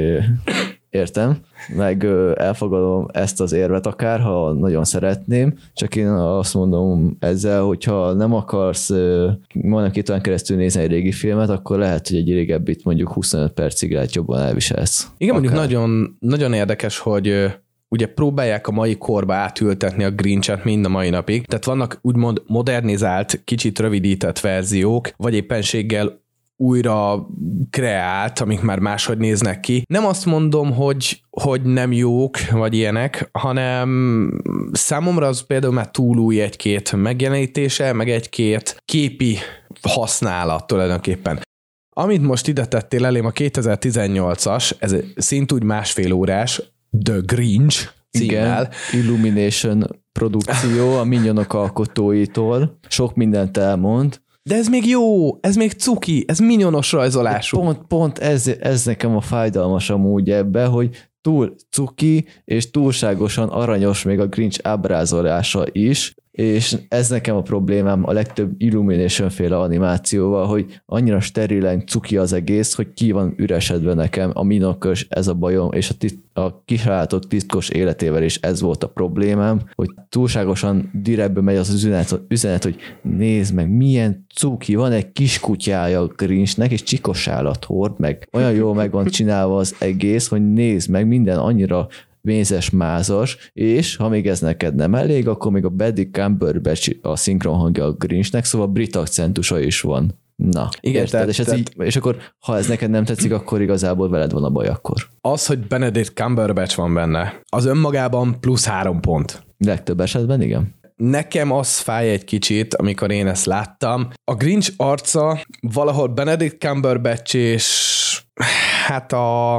értem, meg elfogadom ezt az érvet akár, ha nagyon szeretném, csak én azt mondom ezzel, hogyha nem akarsz majdnem 2 órán keresztül nézni egy régi filmet, akkor lehet, hogy egy régebbit mondjuk 25 percig lehet jobban elviselsz. Igen, akár. Mondjuk nagyon, nagyon érdekes, hogy ugye próbálják a mai korba átültetni a Grinchet mind a mai napig, tehát vannak úgymond modernizált, kicsit rövidített verziók, vagy éppenséggel újra kreált, amik már máshogy néznek ki. Nem azt mondom, hogy nem jók, vagy ilyenek, hanem számomra az például már túl új egy-két megjelenítése, meg egy-két képi használat tulajdonképpen. Amit most ide tettél elém, a 2018-as, ez szintúgy 1,5 órás, The Grinch címmel. Igen, Illumination produkció a Minionok alkotóitól. Sok mindent elmond. De ez még jó, ez még cuki, ez minionos rajzolású. Pont ez nekem a fájdalmas amúgy ebbe, hogy túl cuki és túlságosan aranyos még a Grinch ábrázolása is, és ez nekem a problémám a legtöbb Illumination-féle animációval, hogy annyira sterilen cuki az egész, hogy ki van üresedve nekem a minokös, ez a bajom, és a kisajátok titkos életével is ez volt a problémám, hogy túlságosan direktbe megy az üzenet, hogy nézd meg, milyen cuki, van egy kiskutyája a Grinchnek, és csikos állat hord, meg olyan jól meg van csinálva az egész, hogy nézd meg, minden annyira mézes, mázas, és ha még ez neked nem elég, akkor még a Benedict Cumberbatch a szinkron hangja a Grinchnek, szóval brit akcentusa is van. Na, igen, és akkor ha ez neked nem tetszik, akkor igazából veled van a baj akkor. Az, hogy Benedict Cumberbatch van benne, az önmagában +3 pont. Legtöbb esetben igen. Nekem az fáj egy kicsit, amikor én ezt láttam. A Grinch arca valahol Benedict Cumberbatch és hát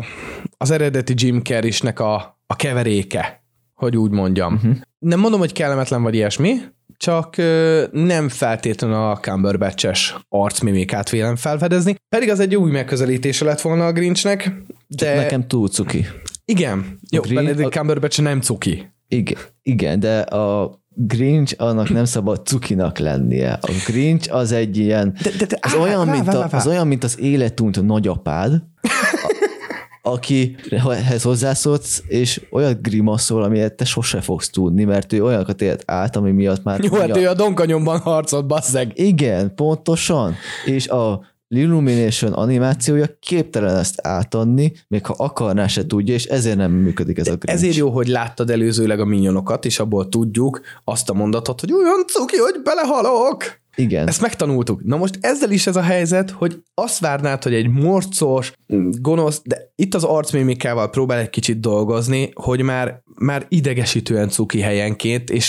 az eredeti Jim Carrey-nek a keveréke, hogy úgy mondjam. Nem mondom, hogy kellemetlen vagy ilyesmi, csak nem feltétlenül a Cumberbatch-es arcmimikát vélem felfedezni, pedig az egy új megközelítése lett volna a Grinchnek, de... Nekem túl cuki. Igen. Jó, Benedict Cumberbatch nem cuki. Igen, de a Grinch annak nem szabad cukinak lennie. A Grinch az egy ilyen... Az olyan, mint az életunt nagyapád, akihez hozzászólsz, és olyat grimaszol, amilyet te sose fogsz tudni, mert ő olyanokat élt át, ami miatt már... Jó, hát ő a Donkanyomban harcolt, basszeg. Igen, pontosan. És a Illumination animációja képtelen ezt átadni, még ha akarná, se tudja, és ezért nem működik ez a Grinch. Ezért jó, hogy láttad előzőleg a Minionokat, és abból tudjuk azt a mondatot, hogy olyan cuki, hogy belehalok. Igen. Ezt megtanultuk. Na most ezzel is ez a helyzet, hogy azt várnád, hogy egy morcos, gonosz, de itt az arcmimikával próbál egy kicsit dolgozni, hogy már idegesítően cuki helyenként, és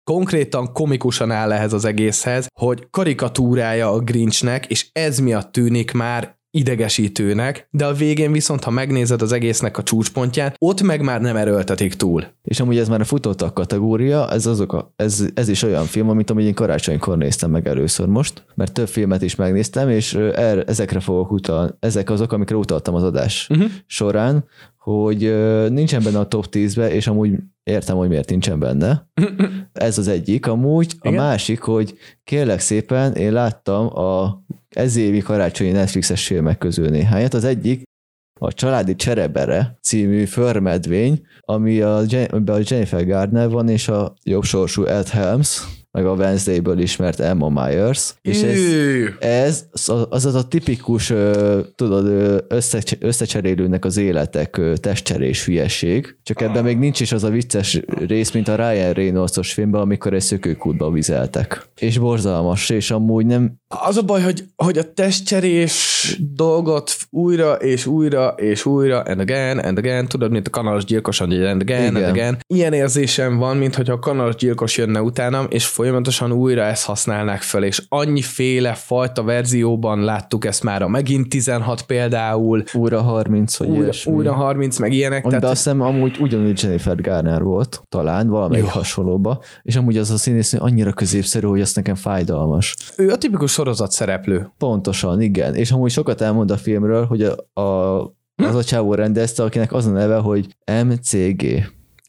konkrétan komikusan áll ehhez az egészhez, hogy karikatúrája a Grinchnek, és ez miatt tűnik már idegesítőnek, de a végén viszont, ha megnézed az egésznek a csúcspontját, ott meg már nem erőltetik túl. És amúgy ez már a futottak kategória, ez is olyan film, amit amúgy én karácsonykor néztem meg először most, mert több filmet is megnéztem, és ezekre fogok utalni. Ezek azok, amikre utaltam az adás során, hogy nincsen benne a top 10-be, és amúgy értem, hogy miért nincsen benne. Ez az egyik. Amúgy igen? A másik, hogy kérlek szépen, én láttam ez évi karácsonyi Netflixes filmek közül néhányat. Az egyik a Családi Cserebere című förmedvény, ami a Jennifer Garner van, és a jobb sorsú Ed Helms, meg a Wednesday-ből ismert Emma Myers, és ez az a tipikus, tudod, összecserélőnek az életek testcserés hülyeség, csak ebben még nincs is az a vicces rész, mint a Ryan Reynolds-os filmben, amikor egy szökőkútba vizeltek. És borzalmas, és amúgy nem... Az a baj, hogy a testcserés dolgot újra és újra és újra and again, tudod, mint a kanalas gyilkos, and again. Ilyen érzésem van, mintha a kanalas gyilkos jönne utánam, és folyamatosan újra ezt használnák fel, és annyiféle fajta verzióban láttuk ezt már, a megint 16 például. Újra 30, vagy ilyesmi. Újra 30, meg ilyenek. De azt hiszem amúgy ugyanúgy Jennifer Garner volt, talán valamelyik hasonlóba, és amúgy az a színésznő annyira középszerű, hogy azt nekem fájdalmas. Ő a tipikus sorozat szereplő. Pontosan, igen. És amúgy sokat elmond a filmről, hogy az a csávó rendezte, akinek az a neve, hogy MCG.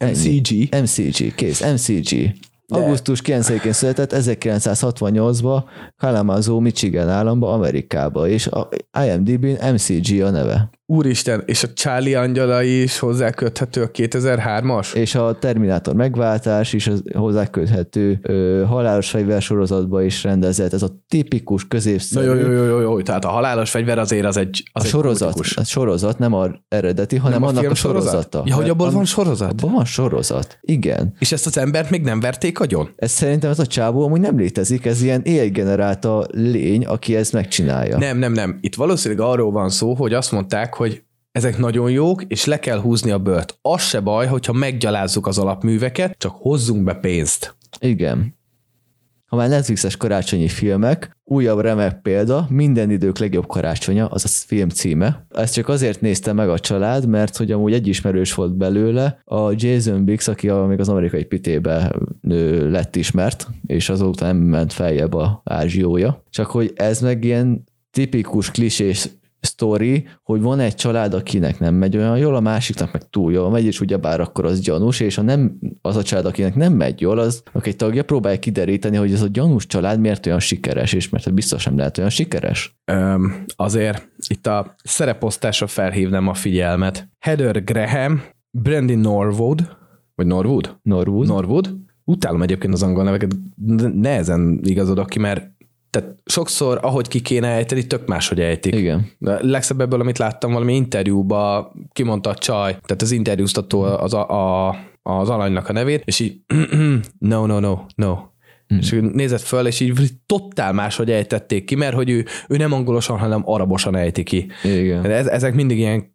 MCG, kész, MCG. De. Augusztus 9-én született, 1968-ban Kalamazoo, Michigan államba, Amerikába, és a IMDb-n MCG a neve. Úristen, és a Charlie angyalai is hozzáköthető a 2003-as? És a Terminátor megváltás is hozzáköthető, halálos fegyver sorozatba is rendezett, ez a tipikus középszerű. Jó, tehát a halálos fegyver azért az egy sorozat, nem az eredeti, hanem nem annak a sorozata. Ja, hogy abból van sorozat? Abból van sorozat, igen. És ezt az embert még nem verték agyon? Ez szerintem ez a csávó amúgy nem létezik, ez ilyen AI-generálta lény, aki ezt megcsinálja. Nem. Itt valószínűleg arról van szó, hogy azt mondták, hogy ezek nagyon jók, és le kell húzni a bőrt. Az se baj, hogyha meggyalázzuk az alapműveket, csak hozzunk be pénzt. Igen. Ha már Netflixes karácsonyi filmek, újabb remek példa, minden idők legjobb karácsonya, az a film címe. Ezt csak azért nézte meg a család, mert hogy amúgy egy ismerős volt belőle, a Jason Biggs, aki még az Amerikai Pitébe lett ismert, és azóta nem ment feljebb a ázsiója. Csak hogy ez meg ilyen tipikus klisés sztori, hogy van egy család, akinek nem megy olyan jól, a másiknak meg túl jól megy, és ugyebár akkor az gyanús, és ha nem az a család, akinek nem megy jól, az egy tagja próbálja kideríteni, hogy ez a gyanús család miért olyan sikeres, és mert biztos nem lehet olyan sikeres. Azért itt a szereposztásra felhívnám a figyelmet. Heather Graham, Brandy Norwood. Utálom egyébként az angol neveket, nehezen igazodok ki, mert tehát sokszor, ahogy ki kéne ejteni, tök máshogy ejtik. Igen. De legszebb ebből, amit láttam valami interjúba, kimondta a csaj, tehát az interjúztató az alanynak a nevét, és így no. És nézett föl, és így totál máshogy ejtették ki, mert hogy ő nem angolosan, hanem arabosan ejti ki. Igen. Ezek mindig ilyen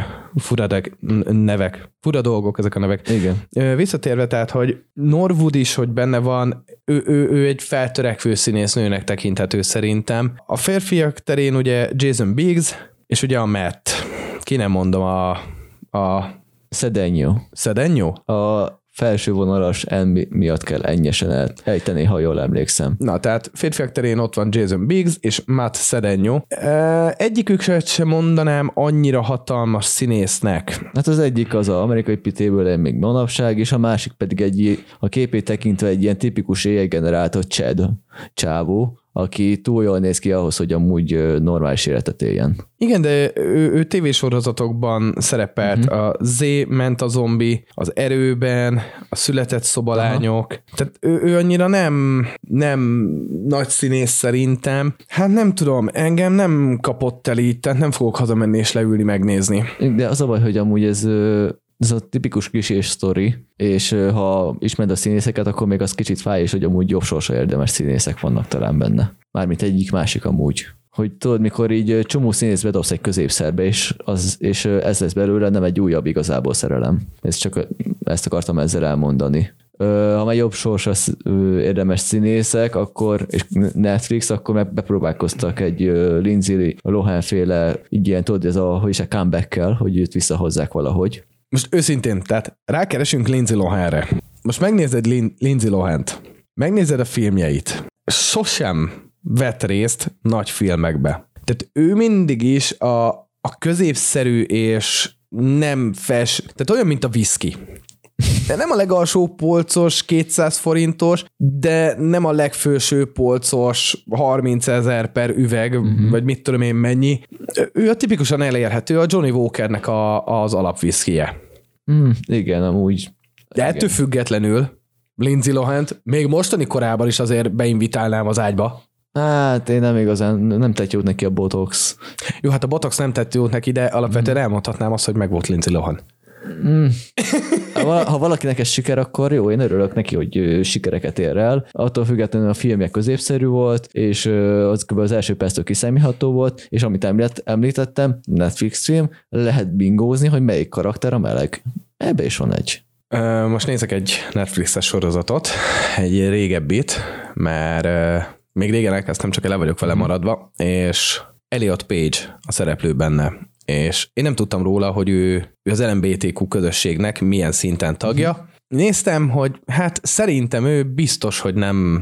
nevek. Fura dolgok ezek a nevek. Igen. Visszatérve, tehát, hogy Norwood is, hogy benne van, ő egy feltörekvő színésznőnek tekinthető szerintem. A férfiak terén ugye Jason Biggs, és ugye a Matt. Ki nem mondom a Cedeno? A felső vonalas N miatt kell ennyesen ejteni, ha jól emlékszem. Na, tehát férfiak terén ott van Jason Biggs és Matt Cedeno. Egyikük sem mondanám annyira hatalmas színésznek. Hát az egyik az az Amerikai Pitéből még manapság, és a másik pedig a képét tekintve egy ilyen tipikus AI-generáltott Chad csávó, aki túl jól néz ki ahhoz, hogy amúgy normális életet éljen. Igen, de ő tévésorozatokban szerepelt. A Z ment a zombi, az Erőben, a Született szobalányok. Tehát ő annyira nem nagy színész szerintem. Hát nem tudom, engem nem kapott el így, tehát nem fogok hazamenni és leülni megnézni. De az a baj, hogy amúgy ez a tipikus klisés sztori, és ha ismered a színészeket, akkor még az kicsit fáj, és hogy amúgy jobb sorsa érdemes színészek vannak talán benne. Mármint egyik másik amúgy. Hogy tudod, mikor így csomó színész bedobsz egy középszerbe, és ez lesz belőle, nem egy újabb igazából szerelem. Ezt akartam ezzel elmondani. ha már jobb sorsa érdemes színészek, akkor, és Netflix, akkor meg bepróbálkoztak egy Lindsay Lohan-féle, így ilyen, tudod, ez hogy is a comeback-kel, hogy őt visszahozzák valahogy. Most őszintén, tehát rákeresünk Lindsay Lohanre. Most megnézed Lindsay Lohant, megnézed a filmjeit, sosem vett részt nagy filmekbe. Tehát ő mindig is a középszerű és nem tehát olyan, mint a whisky. De nem a legalsó polcos 200 forintos, de nem a legfőső polcos 30 000 per üveg, vagy mit tudom én mennyi. Ő a tipikusan elérhető, a Johnny Walkernek az alapviszkije. Igen, amúgy. De ettől függetlenül Lindsay Lohant még mostani korában is azért beinvitálnám az ágyba. Hát én nem igazán, nem tett jót neki a botox. Jó, hát a botox nem tett jót neki, de alapvetően elmondhatnám azt, hogy meg volt Lindsay Lohan. Ha valakinek ez siker, akkor jó, én örülök neki, hogy sikereket ér el. Attól függetlenül a filmje középszerű volt, és az kb. Az első perctől kiszámítható volt, és amit említettem, Netflix film, lehet bingózni, hogy melyik karakter a meleg. Ebbe is van egy. Most nézek egy Netflixes sorozatot, egy régebbit, mert még régen elkezdtem, csak le vagyok vele maradva, és Elliot Page a szereplő benne, és én nem tudtam róla, hogy ő az LMBTQ közösségnek milyen szinten tagja. Néztem, hogy hát szerintem ő biztos, hogy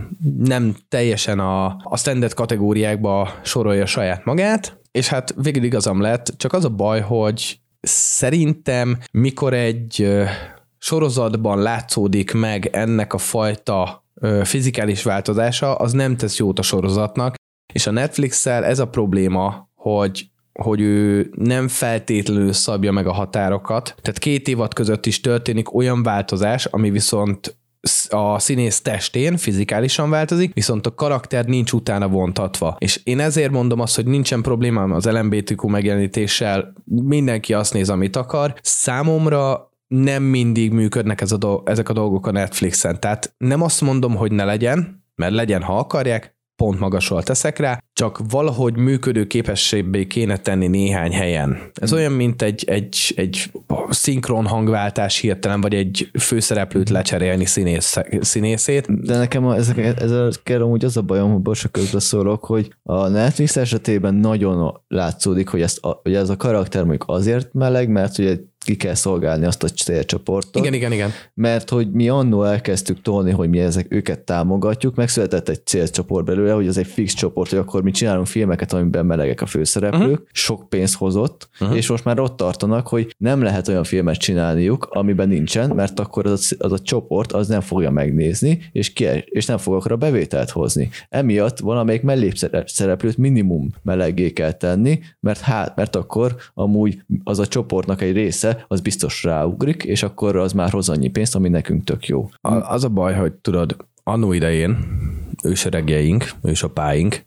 nem teljesen a standard kategóriákba sorolja saját magát, és hát végül igazam lett, csak az a baj, hogy szerintem mikor egy sorozatban látszódik meg ennek a fajta fizikális változása, az nem tesz jót a sorozatnak, és a Netflix-szel ez a probléma, hogy ő nem feltétlenül szabja meg a határokat, tehát 2 évad között is történik olyan változás, ami viszont a színész testén fizikálisan változik, viszont a karakter nincs utána vontatva. És én ezért mondom azt, hogy nincsen problémám az LMBTQ megjelenítéssel, mindenki azt néz, amit akar. Számomra nem mindig működnek ezek a dolgok a Netflixen. Tehát nem azt mondom, hogy ne legyen, mert legyen, ha akarják, pont magasról teszek rá, csak valahogy működő képességbé kéne tenni néhány helyen. Ez olyan, mint egy szinkron hangváltás hirtelen, vagy egy főszereplőt lecserélni színészét. De nekem ezzel amúgy az a bajom, hogy bocsánat közbeszólok, hogy a Netflix esetében nagyon látszódik, hogy ez a karakter mondjuk azért meleg, mert ugye ki kell szolgálni azt a célcsoportot. Igen. Mert hogy mi annól elkezdtük tolni, hogy mi őket támogatjuk, megszületett egy célcsoport belőle, hogy ez egy fix csoport, hogy akkor mi csinálunk filmeket, amiben melegek a főszereplők, sok pénzt hozott, és most már ott tartanak, hogy nem lehet olyan filmet csinálniuk, amiben nincsen, mert akkor az a csoport az nem fogja megnézni, és nem fog akkor bevételt hozni. Emiatt valamelyik mellékszereplőt minimum meleggé kell tenni, mert akkor amúgy az a csoportnak egy része az biztos ráugrik, és akkor az már hoz annyi pénzt, ami nekünk tök jó. Az a baj, hogy tudod, annó idején ősöregjeink, ősapáink,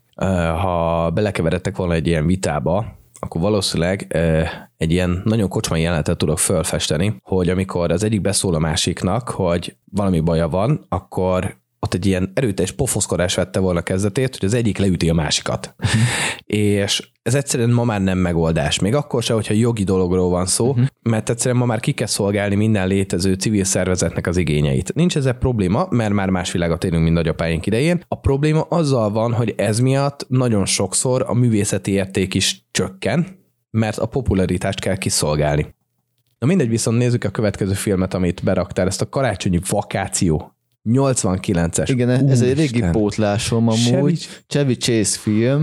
ha belekeveredtek volna egy ilyen vitába, akkor valószínűleg egy ilyen nagyon kocsmai jelenetet tudok fölfesteni, hogy amikor az egyik beszól a másiknak, hogy valami baja van, akkor ott egy ilyen erőteljes pofoszkodás vette volna kezdetét, hogy az egyik leüti a másikat. És ez egyszerűen ma már nem megoldás. Még akkor sem, hogyha jogi dologról van szó, mert egyszerűen ma már ki kell szolgálni minden létező civil szervezetnek az igényeit. Nincs ezzel probléma, mert már más világot élünk, mint nagyapáink idején. A probléma azzal van, hogy ez miatt nagyon sokszor a művészeti érték is csökken, mert a popularitást kell kiszolgálni. Na mindegy, viszont nézzük a következő filmet, amit beraktál, ezt a Karácsonyi Vakáció. 89-es. Igen, ez egy régi pótlásom amúgy. Chevy Chase film.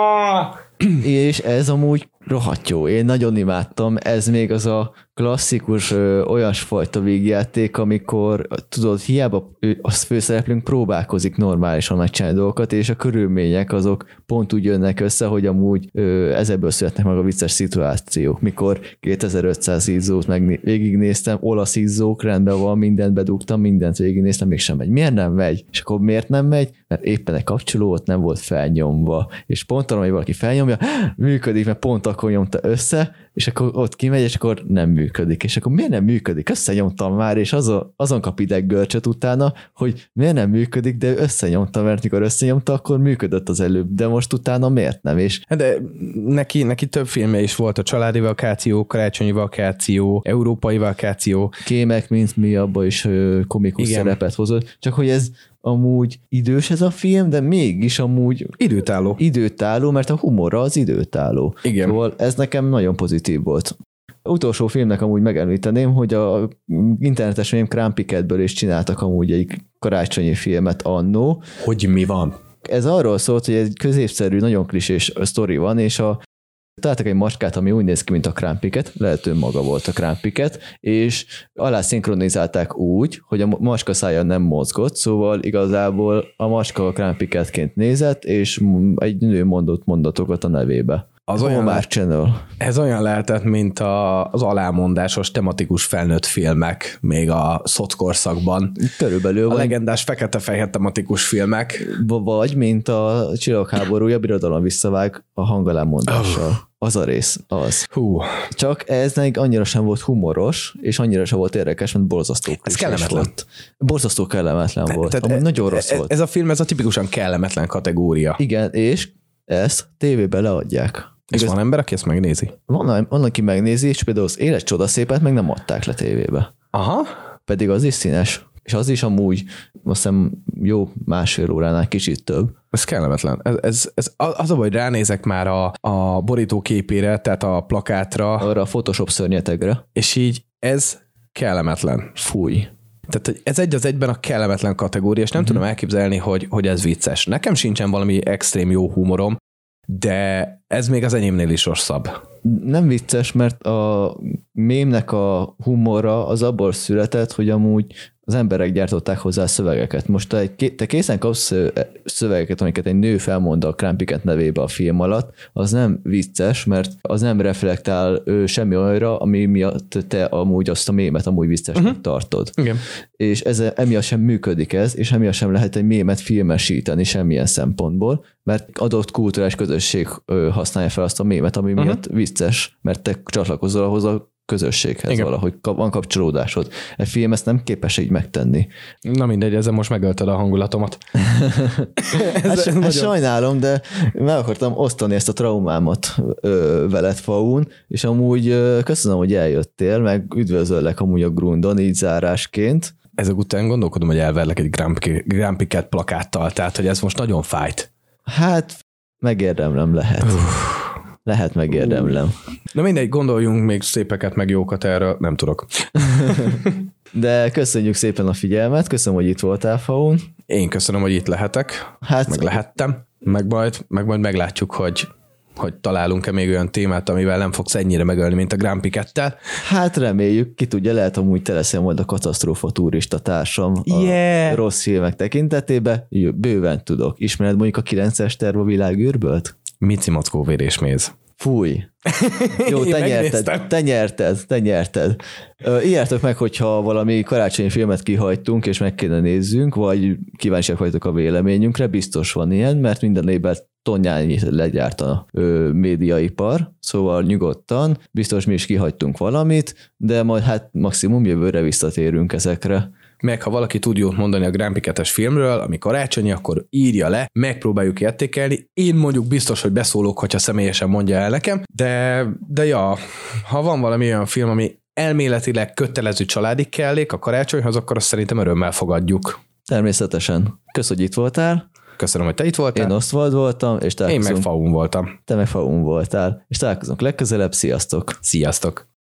És ez amúgy rohadt jó. Én nagyon imádtam. Ez még az a klasszikus olyasfajta végjáték, amikor tudod, hiába az főszereplőnk próbálkozik normálisan megcsinálni dolgokat, és a körülmények azok pont úgy jönnek össze, hogy amúgy ezekből születnek meg a vicces szituációk. Mikor 2500 izzót végignéztem, olasz izzók, rendben van, mindent bedugtam, mindent végignéztem, mégsem megy. Miért nem megy? És akkor miért nem megy? Mert éppen egy kapcsoló ott nem volt felnyomva. És pont arra, hogy valaki felnyomja, működik, mert pont akkor nyomta össze, és akkor ott kimegy, és akkor nem működik. És akkor miért nem működik? Összenyomtam már, és azon kap ideggörcsöt utána, hogy miért nem működik, de összenyomtam, mert mikor összenyomta, akkor működött az előbb, de most utána miért nem? És de neki több filmje is volt, a családi vakáció, karácsonyi vakáció, európai vakáció. Kémek, mint mi, abban is komikus szerepet hozott, csak hogy ez amúgy idős ez a film, de mégis amúgy időtálló, mert a humora az időtálló. Igen. Szóval ez nekem nagyon pozitív volt. Utolsó filmnek amúgy megemlíteném, hogy a internetes mém Crumpy-Catből is csináltak amúgy egy karácsonyi filmet annó. Hogy mi van? Ez arról szólt, hogy egy középszerű, nagyon klisés sztori van, és találtak egy macskát, ami úgy néz ki, mint a Crumpy-Cat, lehet ő maga volt a Crumpy-Cat, és alá szinkronizálták úgy, hogy a macska szája nem mozgott, szóval igazából a macska a Crumpy-Catként nézett, és egy nő mondott mondatokat a nevébe. Az ez olyan lehetett, mint az alámondásos tematikus felnőtt filmek még a szotkorszakban. Körülbelül. A legendás fekete-fehér tematikus filmek. Vagy, mint a Csillagháborúja, Birodalom visszavág a hangalámondással. Az a rész, az. Hú. Csak ez még annyira sem volt humoros, és annyira sem volt érdekes, mint borzasztó. Ez kellemetlen. Volt. Borzasztó kellemetlen volt. Amúgy nagyon rossz volt. Ez a film, ez a tipikusan kellemetlen kategória. Igen, és ezt tévébe leadják. És van ember, aki ezt megnézi? Van, aki megnézi, és például az Élet csodaszépet meg nem adták le tévébe. Aha. Pedig az is színes. És az is amúgy, azt hiszem, jó másfél óránál kicsit több. Ez kellemetlen. Ez az a baj, hogy ránézek már a borítóképére, tehát a plakátra. Arra a Photoshop szörnyetegre. És így ez kellemetlen. Fúj. Tehát ez egy az egyben a kellemetlen kategória, és nem tudom elképzelni, hogy ez vicces. Nekem sincsen valami extrém jó humorom, de ez még az enyémnél is rosszabb. Nem vicces, mert a mémnek a humora az abból született, hogy amúgy az emberek gyártották hozzá a szövegeket. Most te készen kapsz szövegeket, amiket egy nő felmond a Crumpy-Cat nevébe a film alatt, az nem vicces, mert az nem reflektál semmi olyanra, ami miatt te amúgy azt a mémet amúgy viccesnek tartod. Igen. És emiatt sem működik ez, és emiatt sem lehet egy mémet filmesíteni semmilyen szempontból, mert adott kulturális közösség használja fel azt a mémet, ami miatt vicces, mert te csatlakozol ahhoz a közösséghez. Igen. Valahogy van kapcsolódásod. Egy film ezt nem képes így megtenni. Na mindegy, ezzel most megölted a hangulatomat. Hát sajnálom, de meg akartam osztani ezt a traumámat veled, Faun, és amúgy köszönöm, hogy eljöttél, meg üdvözöllek amúgy a Grundon, így zárásként. Ezek után gondolkodom, hogy elverlek egy Crumpy-Cat plakáttal, tehát hogy ez most nagyon fájt. Hát megérdemlem lehet. Lehet megérdemlem. Na mindegy, gondoljunk még szépeket, meg jókat erről, nem tudok. De köszönjük szépen a figyelmet, köszönöm, hogy itt voltál, Faun. Én köszönöm, hogy itt lehetek, meg lehettem, meg majd meglátjuk, hogy találunk-e még olyan témát, amivel nem fogsz ennyire megölni, mint a Crumpy-Cattel. Hát reméljük, ki tudja, lehet amúgy te leszel majd a katasztrófa turista társam a rossz filmek tekintetében. Bőven tudok. Ismered mondjuk a 9-es terv a világűrből? Mici Mackó vérésméz. Fúj. Jó, te nyerted. Írjátok meg, hogyha valami karácsonyi filmet kihagytunk, és meg kéne nézzünk, vagy kíváncsiak vagytok a véleményünkre, biztos van ilyen, mert minden évben tonnányi legyárt a médiaipar, szóval nyugodtan, biztos mi is kihagytunk valamit, de majd hát maximum jövőre visszatérünk ezekre. Meg ha valaki tud jót mondani a Crumpy-Cat-es filmről, ami karácsonyi, akkor írja le, megpróbáljuk értékelni. Én mondjuk biztos, hogy beszólok, hogyha személyesen mondja el nekem, de ja, ha van valami olyan film, ami elméletileg kötelező családi kellék a karácsonyhoz, akkor azt szerintem örömmel fogadjuk. Természetesen. Köszönöm, hogy itt voltál. Köszönöm, hogy te itt voltál. Én Oswald voltam, és én meg Faun voltam. Te meg Faun voltál, és találkozunk legközelebb. Sziasztok! Sziasztok!